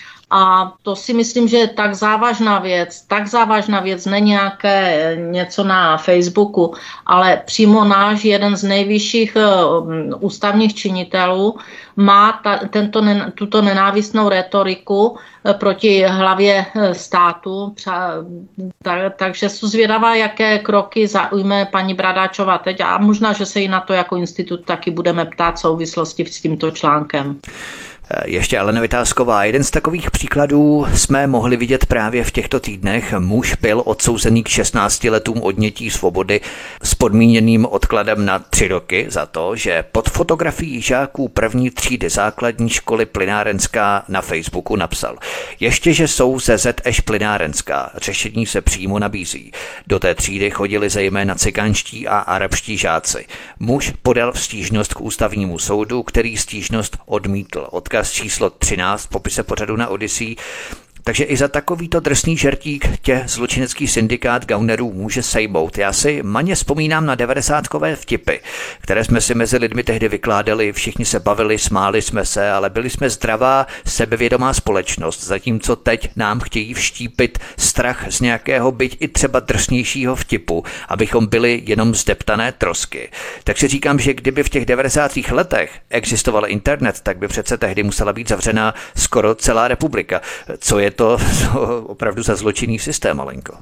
A to si myslím, že je tak závažná věc, tak závažná věc, ne nějaké něco na Facebooku, ale přímo náš jeden z nejvyšších uh, ústavních činitelů má ta, tento, tuto nenávistnou retoriku uh, proti hlavě uh, státu. Přa, ta, takže jsou zvědavá, jaké kroky zaujme paní Bradáčová teď a možná, že se jí na to jako institut taky budeme ptát v souvislosti s tímto článkem. Ještě Alena Vytázková. Jeden z takových příkladů jsme mohli vidět právě v těchto týdnech. Muž byl odsouzený k šestnácti letům odnětí svobody s podmíněným odkladem na tři roky za to, že pod fotografií žáků první třídy základní školy Plynárenská na Facebooku napsal: ještě, že jsou ze zet eš Plynárenská, řešení se přímo nabízí. Do té třídy chodili zejména cikánští a arabští žáci. Muž podal stížnost k ústavnímu soudu, který stížnost odmítl. Odkaz číslo třináct v popise pořadu na Odyssey. Takže i za takovýto drsný žertík tě zločinecký syndikát gaunerů může sejmout. Já si maně vzpomínám na devadesátkové vtipy, které jsme si mezi lidmi tehdy vykládali, všichni se bavili, smáli jsme se, ale byli jsme zdravá, sebevědomá společnost, zatímco teď nám chtějí vštípit strach z nějakého byť i třeba drsnějšího vtipu, abychom byli jenom zdeptané trosky. Takže říkám, že kdyby v těch devadesátých letech existoval internet, tak by přece tehdy musela být zavřená skoro celá republika. Co je to opravdu za zločinný systém, Alenko?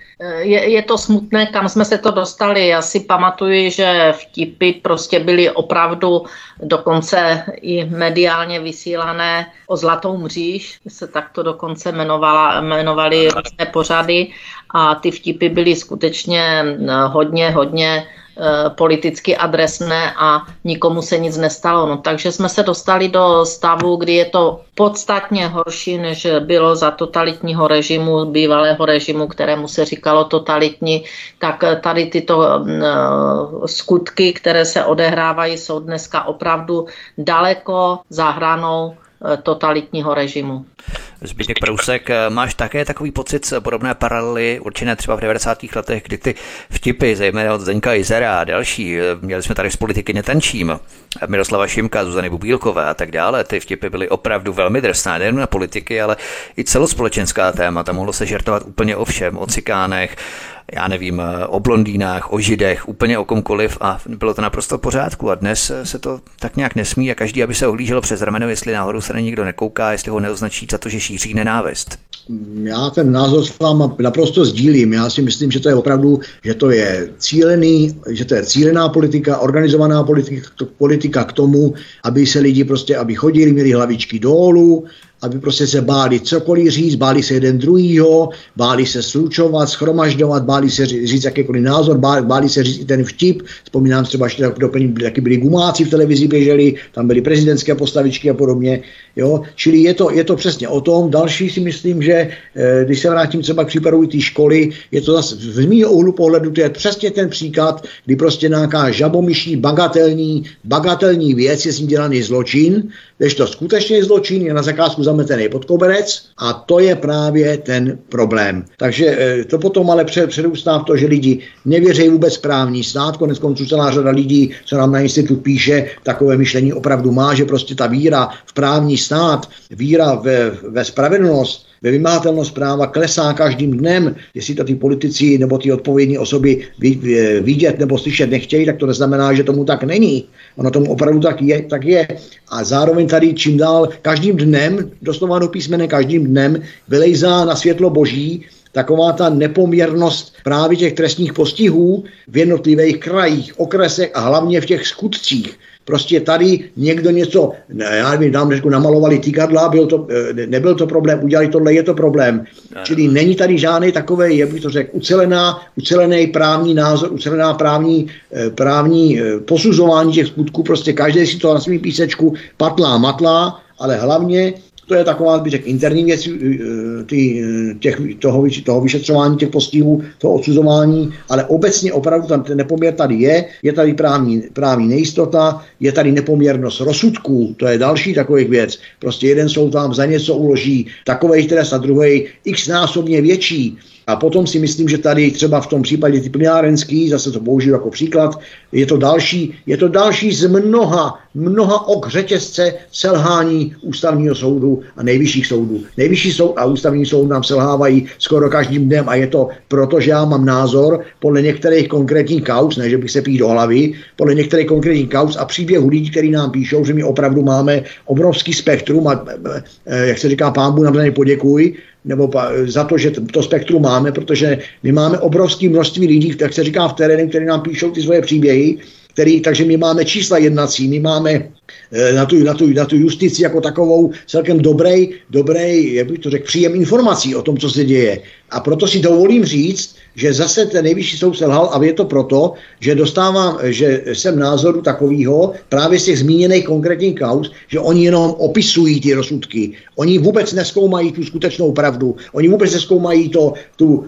Je, je to smutné, kam jsme se to dostali. Já si pamatuju, že vtipy prostě byly opravdu dokonce i mediálně vysílané o Zlatou mříž, se takto dokonce jmenovala, jmenovaly různé pořady a ty vtipy byly skutečně hodně, hodně politicky adresné a nikomu se nic nestalo. No, takže jsme se dostali do stavu, kdy je to podstatně horší, než bylo za totalitního režimu, bývalého režimu, kterému se říkalo totalitní, tak tady tyto uh, skutky, které se odehrávají, jsou dneska opravdu daleko za hranou uh, totalitního režimu. Zbytek Prousek, máš také takový pocit podobné paralely určené třeba v devadesátých letech, kdy ty vtipy, zejména od Zdeňka Izera a další, měli jsme tady z politiky netančím, Miroslava Šimka, Zuzany Bubílkové a tak dále, ty vtipy byly opravdu velmi drsné, nejen na politiky, ale i celospolečenská témata, mohlo se žertovat úplně o všem, o cikánech, já nevím, o blondýnách, o židech, úplně o komkoliv a bylo to naprosto v pořádku a dnes se to tak nějak nesmí a každý, aby se ohlížel přes rameno, jestli náhodou se na nikdo nekouká, jestli ho neoznačí za to, že šíří nenávist. Já ten názor s vámi naprosto sdílím. Já si myslím, že to je opravdu, že to je cílený, že to je cílená politika, organizovaná politika, politika k tomu, aby se lidi prostě, aby chodili, měli hlavičky dolů, aby prostě se báli cokoliv říct, báli se jeden druhýho, báli se slučovat, schromažďovat, báli se říct jakýkoliv názor, báli, báli se říct i ten vtip. Vzpomínám třeba, že taky byli gumáci v televizi běželi, tam byly prezidentské postavičky a podobně. Jo? Čili je to, je to přesně o tom. Další si myslím, že eh, když se vrátím třeba k případu té školy, je to zase z mýho úhlu pohledu, to je přesně ten příklad, kdy prostě nějaká žabomyší bagatelní, bagatelní věc je s ním dělaný zločin, když to skutečně je zločin, je na zakázku zametený pod koberec a to je právě ten problém. Takže to potom ale předůstá v to, že lidi nevěří vůbec právní stát, konec konců celá řada lidí, co nám na institut píše, takové myšlení opravdu má, že prostě ta víra v právní stát, víra ve, ve spravedlnost, ve vymahatelnost práva klesá každým dnem. Jestli to ty politici nebo ty odpovědní osoby vidět nebo slyšet nechtějí, tak to neznamená, že tomu tak není. Ono tomu opravdu tak je. Tak je. A zároveň tady čím dál, každým dnem, doslova do písmene, každým dnem vylejzá na světlo boží taková ta nepoměrnost právě těch trestních postihů v jednotlivých krajích, okresech a hlavně v těch skutcích. Prostě tady někdo něco, já nevím, dám řeku, namalovali tykadla, byl to, nebyl to problém, udělali tohle, je to problém. Ne. Čili není tady žádný takový, jak bych to řekl, ucelená, ucelený právní názor, ucelená právní, právní posuzování těch skutků, prostě každý si to na svým písečku patlá, matlá, ale hlavně to je taková, bych řekl, interní věc ty, těch, toho, toho vyšetřování těch postihů, toho odsuzování, ale obecně opravdu tam ten nepoměr tady je, je tady právní, právní nejistota, je tady nepoměrnost rozsudků, to je další takových věc. Prostě jeden soud vám za něco uloží takovej trest a druhý x násobně větší. A potom si myslím, že tady třeba v tom případě ty plynárenský, zase to použiju jako příklad, je to další, je to další z mnoha, mnoha ok řetězce selhání ústavního soudu a nejvyšších soudů. Nejvyšší soud a ústavní soud nám selhávají skoro každým dnem a je to proto, že já mám názor podle některých konkrétních kauz, ne že bych se píš do hlavy, podle některých konkrétních kauz a příběhů lidí, kteří nám píšou, že my opravdu máme obrovský spektrum a jak se říká, pán Bůh nám za ně poděkuj, nebo za to, že to spektrum máme, protože my máme obrovské množství lidí, jak se říká v terénu, kteří nám píšou ty svoje příběhy, který, takže my máme čísla jednací, my máme na tu, na, tu, na tu justici jako takovou celkem dobrý, dobrý, jak bych to řekl, příjem informací o tom, co se děje. A proto si dovolím říct, že zase ten nejvyšší soud selhal a je to proto, že dostávám, že jsem názoru takového právě z těch zmíněných konkrétních kauz, že oni jenom opisují ty rozsudky. Oni vůbec nezkoumají tu skutečnou pravdu. Oni vůbec nezkoumají to, tu,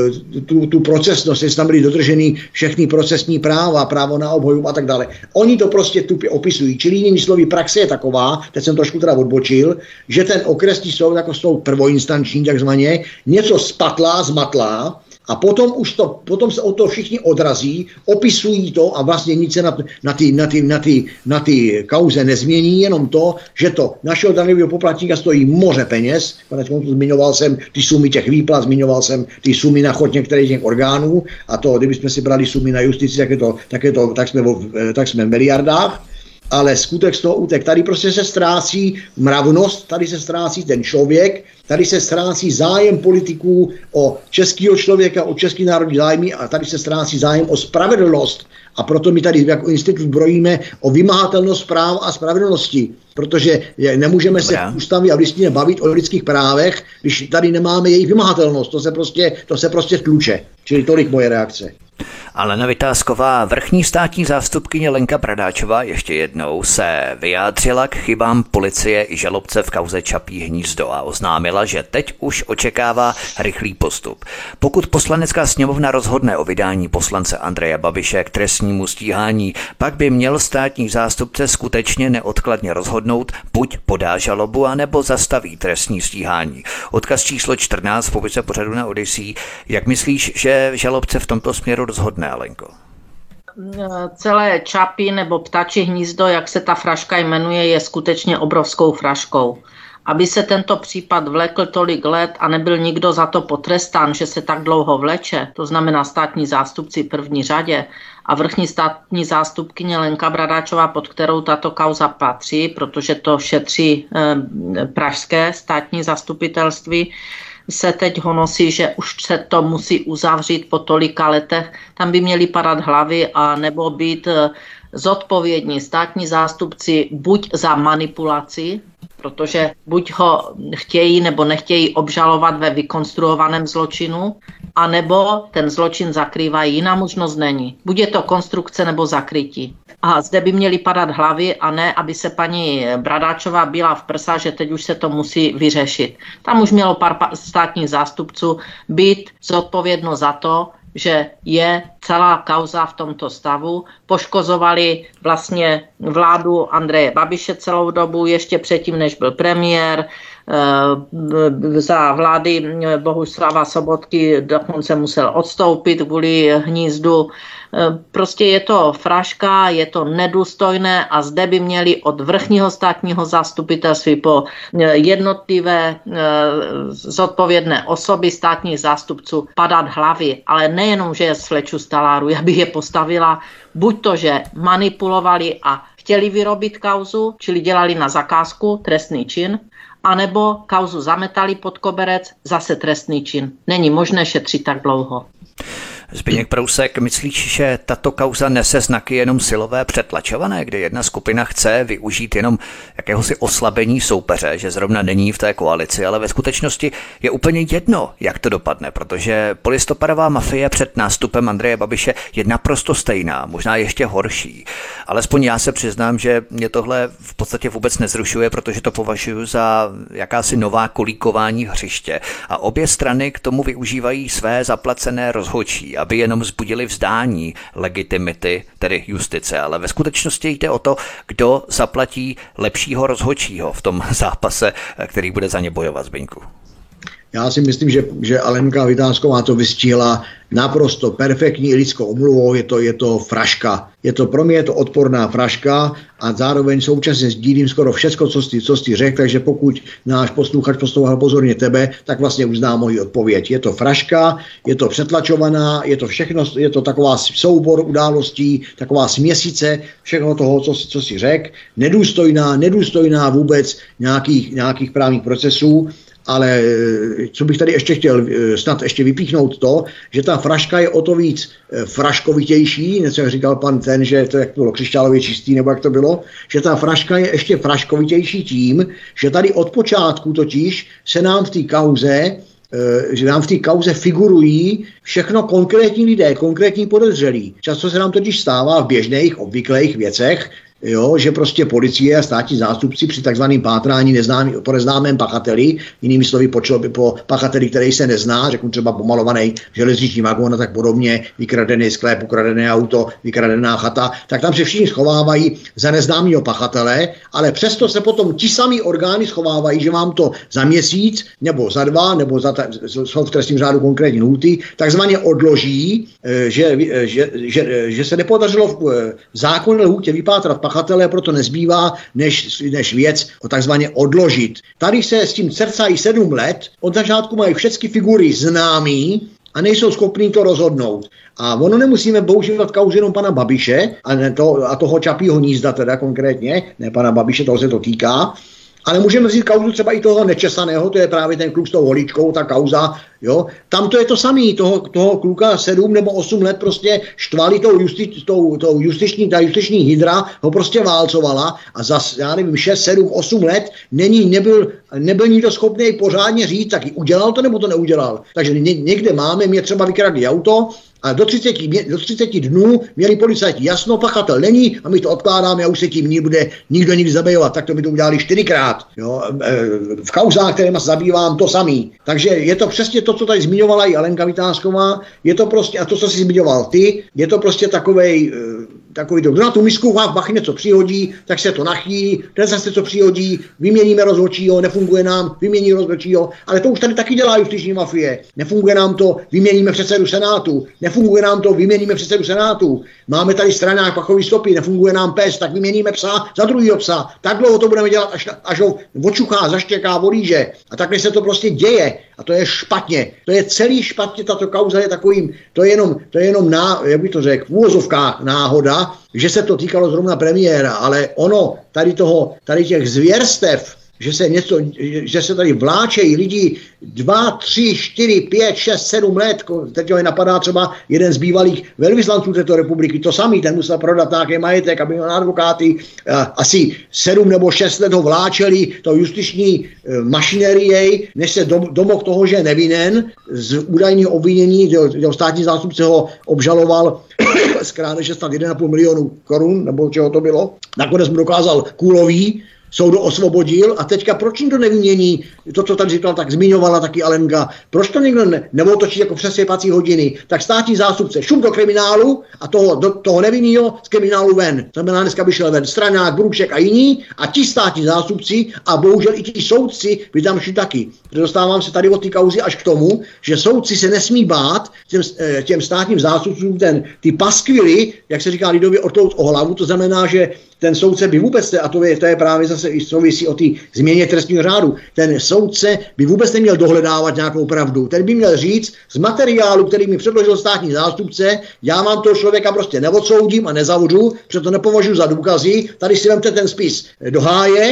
tu, tu procesnost, jestli tam byly dodrženy všechny procesní práva, právo na obhajobu a tak dále. Oni to prostě tupě opisují. Čili jinými slovy, praxe je taková, teď jsem trošku teda odbočil, že ten okresní soud, jako soud prvoinstanční takzvaně, něco spatlá, zmatlá, a potom už to, potom se o to všichni odrazí, opisují to a vlastně nic se na, na, ty, na, ty, na, ty, na ty kauze nezmění, jenom to, že to našeho daňového poplatníka stojí moře peněz. Konec konců zmiňoval jsem ty sumy těch výplat, zmiňoval jsem ty sumy na chod některých těch orgánů a to, kdybychom si brali sumy na justici, tak, je to, tak, je to, tak, jsme, tak jsme v miliardách. Ale skutek z toho útek. Tady prostě se ztrácí mravnost, tady se ztrácí ten člověk, tady se ztrácí zájem politiků o českého člověka, o český národní zájmy a tady se ztrácí zájem o spravedlnost. A proto my tady jako institut brojíme o vymahatelnost práv a spravedlnosti, protože nemůžeme se v ústavě a v listině bavit o lidských právech, když tady nemáme jejich vymahatelnost. To se prostě, to se prostě tluče. Čili tolik moje reakce. Alena Vytázková, vrchní státní zástupkyně Lenka Bradáčová ještě jednou se vyjádřila k chybám policie i žalobce v kauze Čapí hnízdo a oznámila, že teď už očekává rychlý postup. Pokud Poslanecká sněmovna rozhodne o vydání poslance Andreje Babiše k trestnímu stíhání, pak by měl státní zástupce skutečně neodkladně rozhodnout, buď podá žalobu, anebo zastaví trestní stíhání. Odkaz číslo čtrnáct v popise pořadu na Odyssey. Jak myslíš, že žalobce v tomto směru rozhodne, Alenko? Celé Čapí nebo Ptačí hnízdo, jak se ta fraška jmenuje, je skutečně obrovskou fraškou. Aby se tento případ vlekl tolik let a nebyl nikdo za to potrestán, že se tak dlouho vleče, to znamená státní zástupci v první řadě a vrchní státní zástupkyně Lenka Bradáčová, pod kterou tato kauza patří, protože to šetří eh, pražské státní zastupitelství, se teď honosí, že už se to musí uzavřít po tolika letech. Tam by měly padat hlavy a nebo být zodpovědní státní zástupci buď za manipulaci, protože buď ho chtějí nebo nechtějí obžalovat ve vykonstruovaném zločinu, anebo ten zločin zakrývají. Jiná možnost není. Buď je to konstrukce nebo zakrytí. A zde by měly padat hlavy a ne, aby se paní Bradáčová byla v prsa, že teď už se to musí vyřešit. Tam už mělo pár státních zástupců být zodpovědno za to, že je celá kauza v tomto stavu. Poškozovali vlastně vládu Andreje Babiše celou dobu, ještě předtím, než byl premiér. Za vlády Bohuslava Sobotky dokonce musel odstoupit kvůli hnízdu. Prostě je to fraška, je to nedůstojné a zde by měli od vrchního státního zastupitelství po jednotlivé zodpovědné osoby státních zástupců padat hlavy. Ale nejenom, že je z fleču staláru, já bych je postavila buď to, že manipulovali a chtěli vyrobit kauzu, čili dělali na zakázku trestný čin, anebo kauzu zametali pod koberec, zase trestný čin. Není možné šetřit tak dlouho. Zbyněk Prousek, myslíš, že tato kauza nese znaky jenom silové přetlačované, kdy jedna skupina chce využít jenom jakéhosi oslabení soupeře, že zrovna není v té koalici, ale ve skutečnosti je úplně jedno, jak to dopadne, protože polistopadová mafie před nástupem Andreje Babiše je naprosto stejná, možná ještě horší. Alespoň já se přiznám, že mě tohle v podstatě vůbec nezrušuje, protože to považuji za jakási nová kolíkování hřiště a obě strany k tomu využívají své zaplacené rozhodčí, aby jenom vzbudili vzdání legitimity, tedy justice, ale ve skutečnosti jde o to, kdo zaplatí lepšího rozhodčího v tom zápase, který bude za ně bojovat, Zbyňku. Já si myslím, že, že Alenka Vitásková to vystihla naprosto perfektní lidskou omluvou, je to, je to fraška. Je to, pro mě je to odporná fraška a zároveň současně sdílím skoro všecko, co jsi, co jsi řekl, takže pokud náš posluchač poslouchal pozorně tebe, tak vlastně uzná moji odpověď. Je to fraška, je to přetlačovaná, je to všechno, je to taková soubor událostí, taková směsice všeho toho, co, co jsi řekl, nedůstojná, nedůstojná vůbec nějakých, nějakých právních procesů. Ale co bych tady ještě chtěl snad ještě vypíchnout to, že ta fraška je o to víc fraškovitější, něco jak říkal pan ten, že to jak bylo křišťálově čistý, nebo jak to bylo, že ta fraška je ještě fraškovitější tím, že tady od počátku totiž se nám v té kauze že nám v té kauze figurují všechno konkrétní lidé, konkrétní podezřelí. Často se nám totiž stává v běžných, obvyklých věcech, jo, že prostě policie a státní zástupci při takzvaném pátrání neznámý, po neznámém pachateli, jinými slovy po, člo, po pachateli, který se nezná, řeknu třeba pomalovaný železniční vagón a tak podobně, vykradený sklep, ukradené auto, vykradená chata, tak tam se všichni schovávají za neznámého pachatele, ale přesto se potom ti samý orgány schovávají, že vám to za měsíc, nebo za dva, nebo za ta, jsou v trestním řádu konkrétní lhůty, takzvaně odloží, že, že, že, že se nepodařilo v zákonné lhůtě vypátrat pachatele, proto nezbývá, než, než věc o takzvaně odložit. Tady se s tím cercají sedm let, od začátku mají všechny figury známý a nejsou schopní to rozhodnout. A ono nemusíme používat kauzu jenom pana Babiše a, ne to, a toho Čapího hnízda teda konkrétně, ne pana Babiše, toho se to týká, ale můžeme vzít kauzu třeba i toho nečesaného, to je právě ten kluk s tou holičkou, ta kauza, jo. Tam to je to samý, toho, toho kluka sedm nebo osm let prostě štvali tou, justi, tou, tou justiční, ta justiční hydra ho prostě válcovala a za, já nevím, šest, sedm, osm let není, nebyl, nebyl nikdo schopný pořádně říct, tak udělal to nebo to neudělal. Takže ně, někde máme, mě třeba vykradli auto, a do třiceti, do třiceti dnů měli policajti jasno, pachatel není a my to odkládáme a už se tím nebude nikdo nikdy zabývat. Tak to by to udělali čtyřikrát. Jo. V kauzách, kterými se zabývám, to samý. Takže je to přesně to, co tady zmiňovala i Alenka Vitásková, je to prostě, a to, co jsi zmiňoval ty, je to prostě takovej, takový to, kdo na tu misku v bachy něco přihodí, tak se to nachýlí, ten zase co přihodí, vyměníme rozhodčího, nefunguje nám, vymění rozhodčího, ale to už tady taky dělá justiční mafie. Nefunguje nám to, vyměníme předsedu Senátu, nefunguje nám to, vyměníme předsedu Senátu. Máme tady stranách pachový stopy, nefunguje nám pes, tak vyměníme psa za druhýho psa. Tak dlouho to budeme dělat, až, až ho odčuchá, zaštěká, volíže. A takhle se to prostě děje. A to je špatně. To je celý špatně, tato kauza je takovým, to je jenom, to je jenom ná, jak bych to řekl, v úvozovkách náhoda, že se to týkalo zrovna premiéra, ale ono, tady toho, tady těch zvěrstev, že se něco, že se tady vláčejí lidi dva, tři, čtyři, pět, šest, sedm let, teď ho napadá třeba jeden z bývalých velvyslanců této republiky, to samý, ten musel prodat nějaký majetek, aby měl advokáty, asi sedm nebo šest let ho vláčeli to justiční mašinerii, než se domohl toho, že je nevinen, z údajného obvinění, jeho státní zástupce ho obžaloval z krádeže snad jeden a půl milionu korun, nebo čeho to bylo. Nakonec mu dokázal kůlový, soud ho osvobodil a teďka proč jim to nevymění, to, co tady říkal, tak zmiňovala taky Alenka, proč to někdo ne, neotočí jako přesvěpací hodiny, tak státní zástupce šup do kriminálu a toho, do, toho nevinného z kriminálu ven. To znamená, dneska by šel ven Stranák, Brůček a jiní a ti státní zástupci a bohužel i ti soudci by tam šli taky. Dostávám se tady od té kauzy až k tomu, že soudci se nesmí bát těm, těm státním zástupcům ten, ty paskvily, jak se říká lidově, otlout o hlavu, to znamená, že ten soudce by vůbec, a to je, to je právě zase i souvisí o té změně trestního řádu, ten soudce by vůbec neměl dohledávat nějakou pravdu. Ten by měl říct z materiálu, který mi předložil státní zástupce, já vám toho člověka prostě neodsoudím a nezavřu, protože to nepovažuji za důkazy, tady si vemte ten spis do háje,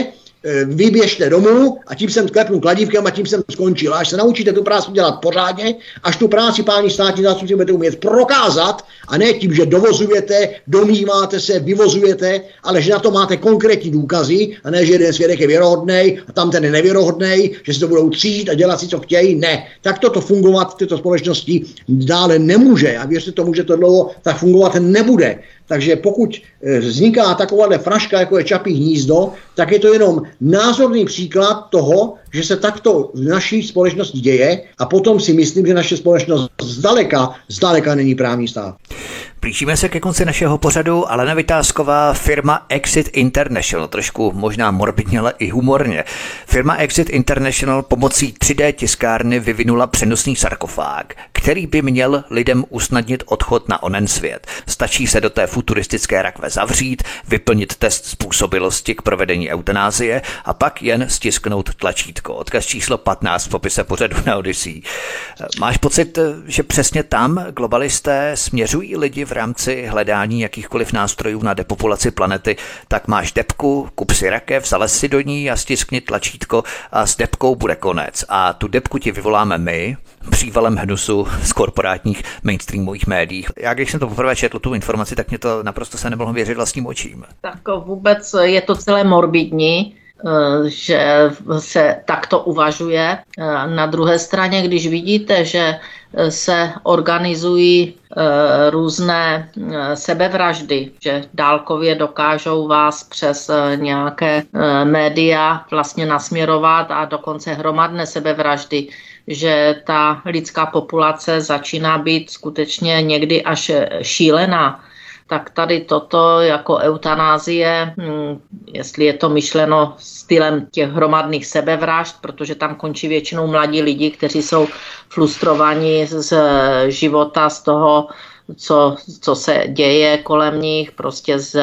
vy běžte domů a tím jsem klepnu kladívkem a tím jsem skončil. A až se naučíte tu práci dělat pořádně, až tu práci páni státní zástupci budete umět prokázat a ne tím, že dovozujete, domníváte se, vyvozujete, ale že na to máte konkrétní důkazy a ne, že jeden svědek je věrohodnej a tam ten je nevěrohodnej, že si to budou třít a dělat si, co chtějí. Ne. Tak toto fungovat v této společnosti dále nemůže. A věřte tomu, že to dlouho tak fungovat nebude. Takže pokud vzniká takováhle fraška, jako je Čapí hnízdo, tak je to jenom názorný příklad toho, že se takto v naší společnosti děje a potom si myslím, že naše společnost zdaleka, zdaleka není právní stát. Blížíme se ke konci našeho pořadu. Alena Vitásková, firma Exit International, trošku možná morbidně, ale i humorně. Firma Exit International pomocí tři dé tiskárny vyvinula přenosný sarkofág, který by měl lidem usnadnit odchod na onen svět. Stačí se do té futuristické rakve zavřít, vyplnit test způsobilosti k provedení eutanázie a pak jen stisknout tlačítko. Odkaz číslo patnáct v popise pořadu na Odyssey. Máš pocit, že přesně tam globalisté směřují lidi v rámci hledání jakýchkoliv nástrojů na depopulaci planety? Tak máš depku, kup si rakev, zalez si do ní a stiskni tlačítko a s depkou bude konec. A tu depku ti vyvoláme my, přívalem hnusu z korporátních mainstreamových médií. Já když jsem to poprvé četl tu informaci, tak mě to naprosto se nemohlo věřit vlastním očím. Tak vůbec je to celé morbidní, že se takto uvažuje. Na druhé straně, když vidíte, že se organizují různé sebevraždy, že dálkově dokážou vás přes nějaké média vlastně nasměrovat a dokonce hromadné sebevraždy, že ta lidská populace začíná být skutečně někdy až šílená, tak tady toto jako eutanázie, jestli je to myšleno stylem těch hromadných sebevražd, protože tam končí většinou mladí lidi, kteří jsou frustrovaní z života, z toho, co, co se děje kolem nich, prostě z,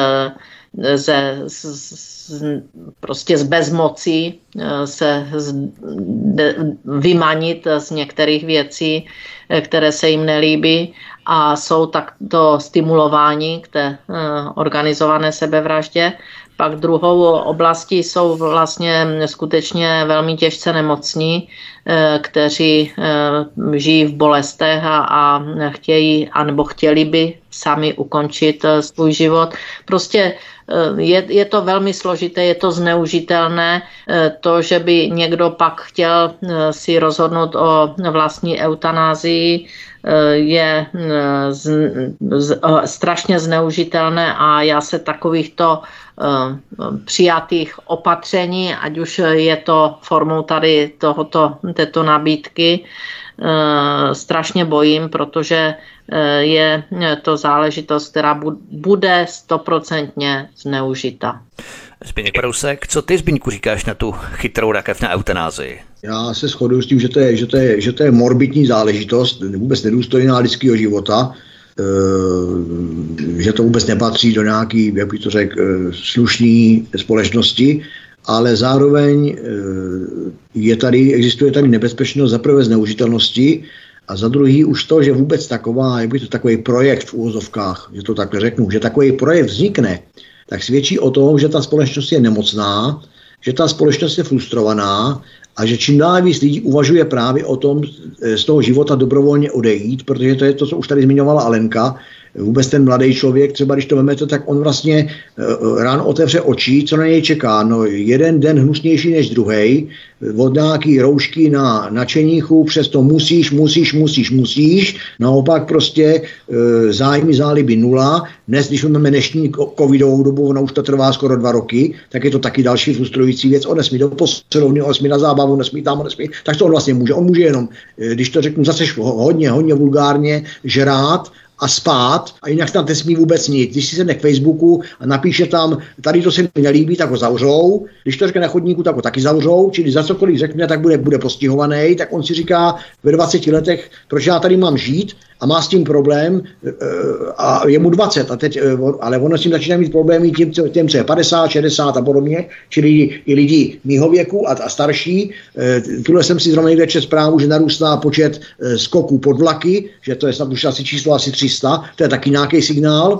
ze, z, prostě z bezmocí se z, de, vymanit z některých věcí, které se jim nelíbí, a jsou takto stimulováni k té uh, organizované sebevraždě. Pak druhou oblastí jsou vlastně skutečně velmi těžce nemocní, uh, kteří uh, žijí v bolestech a, a chtějí, anebo chtěli by sami ukončit uh, svůj život. Prostě uh, je, je to velmi složité, je to zneužitelné. Uh, to, že by někdo pak chtěl uh, si rozhodnout o vlastní eutanázii, je z, z, strašně zneužitelné a já se takovýchto uh, přijatých opatření, ať už je to formou tady tohoto, této nabídky, uh, strašně bojím, protože uh, je to záležitost, která bu- bude stoprocentně zneužita. Zbyněk Parousek, co ty, Zbyňku, říkáš na tu chytrou rakev na eutanázii? Já se shoduju s tím, že to je, že to je, že to je morbidní záležitost, vůbec nedůstojná lidského života, že to vůbec nepatří do nějaký, jak bych to řekl, slušný společnosti, ale zároveň je tady, existuje tady nebezpečnost za prvé zneužitelnosti a za druhý už to, že vůbec taková, jak by to takový projekt v úvozovkách, že to takhle řeknu, že takový projekt vznikne, tak svědčí o tom, že ta společnost je nemocná, že ta společnost je frustrovaná a že čím dál víc lidí uvažuje právě o tom z toho života dobrovolně odejít, protože to je to, co už tady zmiňovala Alenka. Vůbec ten mladý člověk, třeba když to vezmete, tak on vlastně ráno otevře oči, co na něj čeká. No jeden den hnusnější než druhej, od nějaký roušky na, na čeníchu, přes to musíš, musíš, musíš, musíš. Naopak prostě e, zájmy záliby nula. Dnes, když máme dnešní covidovou dobu, ona už to trvá skoro dva roky, tak je to taky další frustrující věc. On nesmí do posilovny, on nesmí na zábavu, nesmí tam, on nesmí. Tak to on vlastně může. On může jenom, když to řeknu zase hodně, hodně vulgárně, žrát a spát a jinak tam nesmí vůbec nic. Když si sedne k Facebooku a napíše tam, tady to se mi nelíbí, tak ho zavřou. Když to řekne na chodníku, tak ho taky zavřou. Čili za cokoliv řekne, tak bude, bude postihovaný. Tak on si říká ve dvaceti letech, proč já tady mám žít, a má s tím problém a je mu dvacet, a teď, ale ono s tím začíná mít problémy tím, tím, co je padesát, šedesát a podobně, čili i lidi mýho věku a, a starší. Tuhle jsem si zrovna někde četl zprávu, že narůstá počet skoků pod vlaky, že to je snad už asi číslo asi tři sta, to je taky nějaký signál.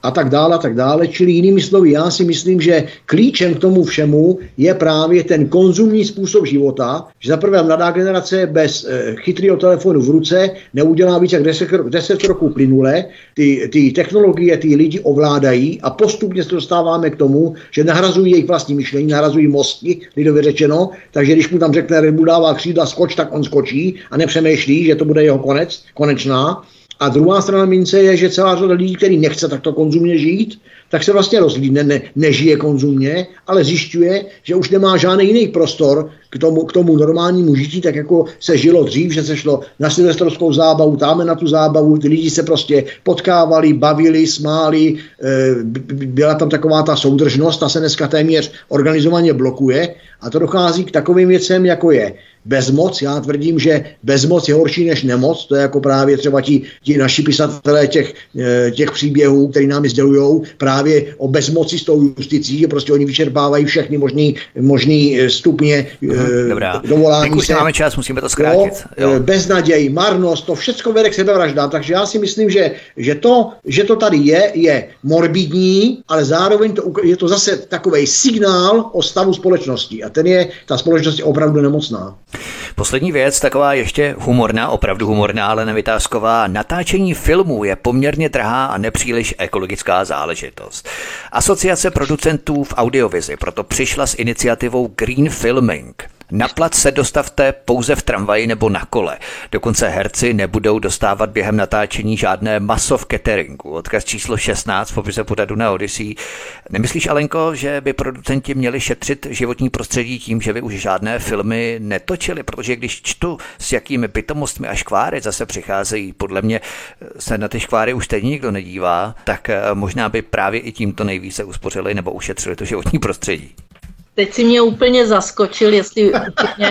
a tak dále a tak dále. Čili jinými slovy, já si myslím, že klíčem k tomu všemu je právě ten konzumní způsob života, že zaprvé mladá generace bez e, chytrého telefonu v ruce neudělá víc jak deset roků plynule, ty, ty technologie ty lidi ovládají a postupně se dostáváme k tomu, že nahrazují jejich vlastní myšlení, nahrazují mozky, lidově řečeno, takže když mu tam řekne, že mu dává křídla skoč, tak on skočí a nepřemýšlí, že to bude jeho konec, konečná. A druhá strana mince je, že celá řada lidí, který nechce takto konzumně žít, tak se vlastně rozlídne, ne, nežije konzumně, ale zjišťuje, že už nemá žádný jiný prostor k tomu, k tomu normálnímu žití, tak jako se žilo dřív, že se šlo na silvestrovskou zábavu, táme na tu zábavu, ty lidi se prostě potkávali, bavili, smáli, e, byla tam taková ta soudržnost, ta se dneska téměř organizovaně blokuje a to dochází k takovým věcem, jako je bezmoc. Já tvrdím, že bezmoc je horší než nemoc, to je jako právě třeba ti, ti naši pisatelé těch, těch příběhů, který nám sdělujou právě o bezmoci s tou justicí, že prostě oni vyčerpávají všechny možný, možný stupně Dobrá. dovolání Teď už se. máme čas, musíme to zkrátit. Jo, jo. Beznaděj, marnost, to všechno vede k sebevraždám, takže já si myslím, že, že, to, že to tady je, je morbidní, ale zároveň to, je to zase takovej signál o stavu společnosti a ten je, ta společnost je opravdu nemocná. Poslední věc, taková ještě humorná, opravdu humorná, ale nevytázková. Natáčení filmů je poměrně drahá a nepříliš ekologická záležitost. Asociace producentů v audiovizi proto přišla s iniciativou Green Filming. Na plac se dostavte pouze v tramvaji nebo na kole. Dokonce herci nebudou dostávat během natáčení žádné maso v cateringu. Odkaz číslo šestnáct v popise pořadu na Odyssey. Nemyslíš, Alenko, že by producenti měli šetřit životní prostředí tím, že by už žádné filmy netočili? Protože když čtu, s jakými bytomostmi a škváry zase přicházejí, podle mě se na ty škváry už teď nikdo nedívá, tak možná by právě i tímto nejvíce uspořili nebo ušetřili to životní prostředí. Teď si mě úplně zaskočil, jestli úplně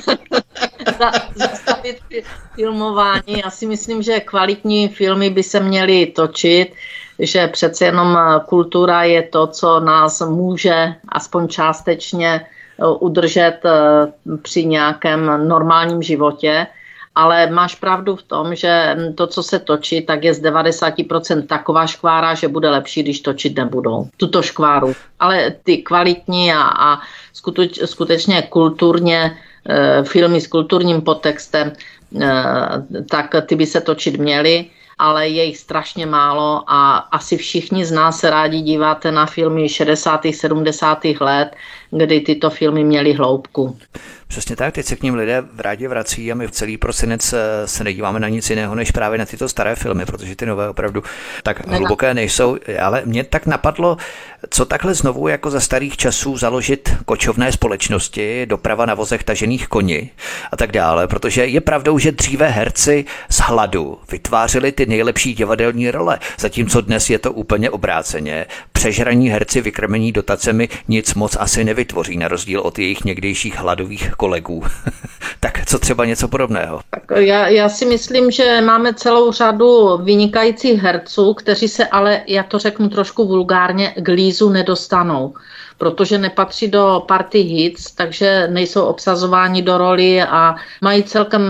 zastavit filmování. Já si myslím, že kvalitní filmy by se měly točit, že přece jenom kultura je to, co nás může aspoň částečně udržet při nějakém normálním životě. Ale máš pravdu v tom, že to, co se točí, tak je z devadesát procent taková škvára, že bude lepší, když točit nebudou tuto škváru. Ale ty kvalitní a, a skuteč, skutečně kulturně, e, filmy s kulturním podtextem, e, tak ty by se točit měly, ale je jich strašně málo a asi všichni z nás se rádi díváte na filmy šedesátých sedmdesátých let, kdy tyto filmy měly hloubku. Přesně tak, teď se k ním lidé rádi vrací a my v celý prosinec se nedíváme na nic jiného, než právě na tyto staré filmy, protože ty nové opravdu tak hluboké nejsou, ale mě tak napadlo, co takhle znovu jako za starých časů založit kočovné společnosti, doprava na vozech tažených koni a tak dále, protože je pravdou, že dříve herci z hladu vytvářeli ty nejlepší divadelní role, zatímco dnes je to úplně obráceně. Přežraní herci vykrmení dotacemi nic moc asi nevytvoří, na rozdíl od jejich někdejších hladových kolegů. Tak co třeba něco podobného? Tak já, já si myslím, že máme celou řadu vynikajících herců, kteří se ale, já to řeknu trošku vulgárně, k lízu nedostanou, protože nepatří do party hits, takže nejsou obsazováni do roli a mají celkem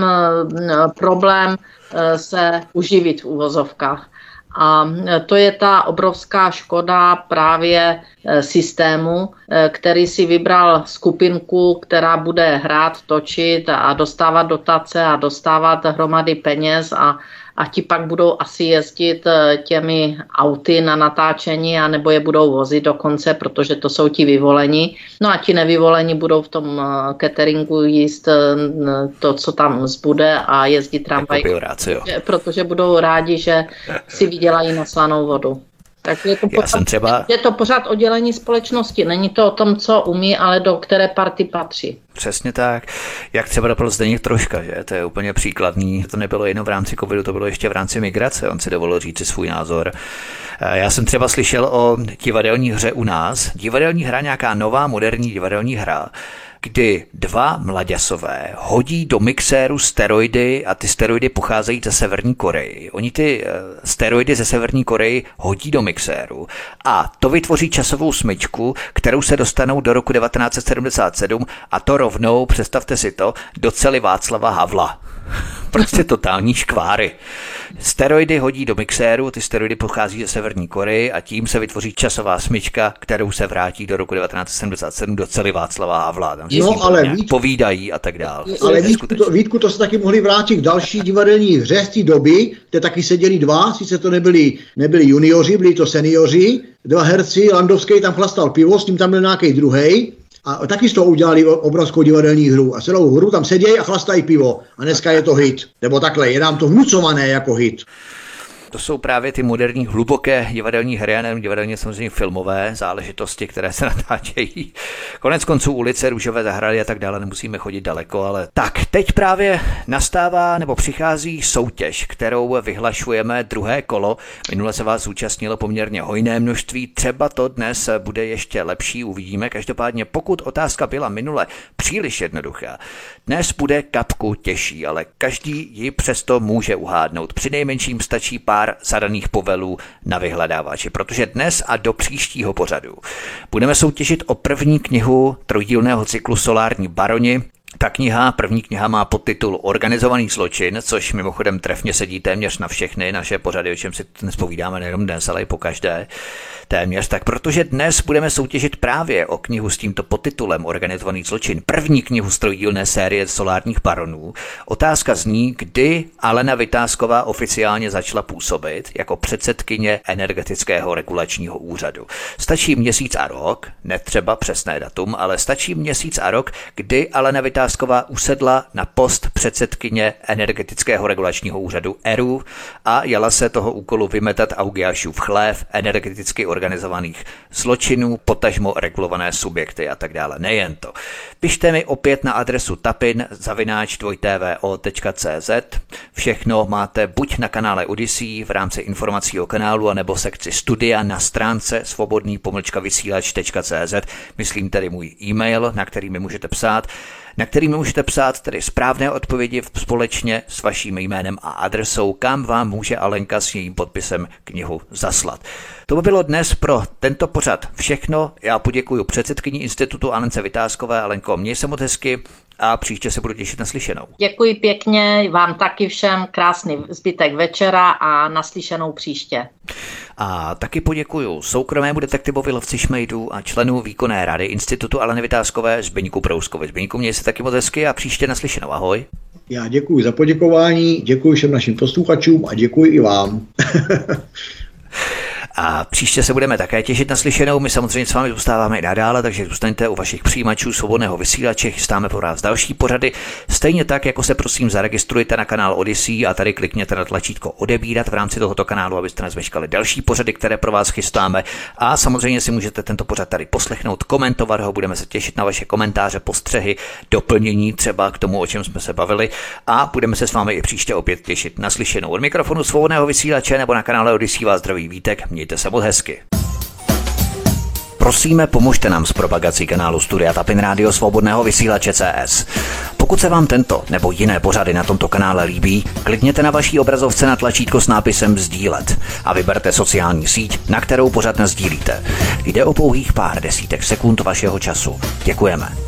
problém se uživit v uvozovkách. A to je ta obrovská škoda právě systému, který si vybral skupinku, která bude hrát, točit a dostávat dotace a dostávat hromady peněz a, a ti pak budou asi jezdit těmi auty na natáčení a nebo je budou vozit dokonce, protože to jsou ti vyvolení. No a ti nevyvolení budou v tom cateringu jíst to, co tam zbude a jezdit tramvaj, protože, protože budou rádi, že si vydělají na slanou vodu. Tak je to, pořád, třeba... je to pořád oddělení společnosti. Není to o tom, co umí, ale do které party patří. Přesně tak. Jak třeba dopadl Zdeněk Troška, že? To je úplně příkladný. To nebylo jenom v rámci covidu, to bylo ještě v rámci migrace. On si dovolil říct si svůj názor. Já jsem třeba slyšel o divadelní hře u nás. Divadelní hra, nějaká nová moderní divadelní hra, kdy dva mlaďasové hodí do mixéru steroidy a ty steroidy pocházejí ze Severní Koreji. Oni ty steroidy ze Severní Koreji hodí do mixéru a to vytvoří časovou smyčku, kterou se dostanou do roku devatenáct set sedmdesát sedm a to rovnou, představte si to, do cely Václava Havla. Prostě totální škváry. Steroidy hodí do mixéru, ty steroidy pochází ze Severní Koreji a tím se vytvoří časová smyčka, kterou se vrátí do roku devatenáct set sedmdesát sedm do celý Václava Havla. Tam no, ale Vít... povídají a tak dále. Ale Vítku to, Vítku, to se taky mohli vrátit k další divadelní hře z té doby, kde taky seděli dva, sice to nebyli, nebyli junioři, byli to seniori, dva herci, Landovský tam chlastal pivo, s ním tam byl nějaký druhej. A taky z toho udělali obrovskou divadelní hru. A celou hru tam sedějí a chlastají pivo. A dneska je to hit. Nebo takhle, je nám to vnucované jako hit. To jsou právě ty moderní, hluboké divadelní hry, a nejen divadelně samozřejmě filmové záležitosti, které se natáčejí. Konec konců ulice, růžové zahrady a tak dále, nemusíme chodit daleko, ale tak, teď právě nastává nebo přichází soutěž, kterou vyhlašujeme druhé kolo. Minule se vás zúčastnilo poměrně hojné množství, třeba to dnes bude ještě lepší, uvidíme. Každopádně, pokud otázka byla minule příliš jednoduchá, dnes bude kapku těžší, ale každý ji přesto může uhádnout. Přinejmenším stačí pár zadaných povelů na vyhledávači, protože dnes a do příštího pořadu budeme soutěžit o první knihu trojdílného cyklu Solární baroni. Ta kniha, první kniha má podtitul Organizovaný zločin, což mimochodem trefně sedí téměř na všechny naše pořady, o čem si dnes povídáme nejenom dnes, ale i po každé. Téměř tak, protože dnes budeme soutěžit právě o knihu s tímto podtitulem Organizovaný zločin, první knihu z trojdílné série Solárních baronů. Otázka zní, kdy Alena Vitásková oficiálně začala působit jako předsedkyně Energetického regulačního úřadu. Stačí měsíc a rok, netřeba přesné datum, ale stačí měsíc a rok, kdy Alena Vitásková usedla na post předsedkyně Energetického regulačního úřadu E R U a jala se toho úkolu vymetat Augiášův chlév energeticky organizovaných zločinů, potažmo regulované subjekty a tak dále. Nejen to. Pište mi opět na adresu tapin zavináč dvoj té vé o tečka cé zet. Všechno máte buď na kanále Odyssey v rámci informací o kanálu, anebo sekci studia na stránce svobodný pomlčka vysílač tečka cé zet. Myslím tedy můj e-mail, na který mi můžete psát. na který mi můžete psát tedy správné odpovědi společně s vaším jménem a adresou, kam vám může Alenka s jejím podpisem knihu zaslat. To by bylo dnes pro tento pořad všechno. Já poděkuji předsedkyni institutu Alence Vitáskové. Alenko, měj se moc hezky a příště se budu těšit na slyšenou. Děkuji pěkně, vám taky všem krásný zbytek večera a naslyšenou příště. A taky poděkuju soukromému detektivovi lovci šmejdů a členu výkonné rady institutu Aleny Vitáskové Zbyňku Prouskovi. Zbyňku, měj se taky moc hezky a příště naslyšenou. Ahoj. Já děkuji za poděkování, děkuji všem našim posluchačům a děkuji i vám. A příště se budeme také těšit na slyšenou. My samozřejmě s vámi zůstáváme i nadále, takže zůstaňte u vašich přijímačů svobodného vysílače. Chystáme pro vás další pořady. Stejně tak, jako se prosím zaregistrujte na kanál Odyssey a tady klikněte na tlačítko odebírat v rámci tohoto kanálu, abyste nezmeškali další pořady, které pro vás chystáme. A samozřejmě si můžete tento pořad tady poslechnout, komentovat ho. Budeme se těšit na vaše komentáře, postřehy, doplnění třeba k tomu, o čem jsme se bavili. A budeme se s vámi i příště opět těšit na slyšenou. Od mikrofonu svobodného vysílače nebo na kanále Odyssey vás zdraví Vítek. Mějte se moc hezky. Prosíme, pomožte nám s propagací kanálu Studia Tapin Rádio Svobodného vysílače C S. Pokud se vám tento nebo jiné pořady na tomto kanále líbí, klikněte na vaší obrazovce na tlačítko s nápisem sdílet a vyberte sociální síť, na kterou pořad nasdílíte. Jde o pouhých pár desítek sekund vašeho času. Děkujeme.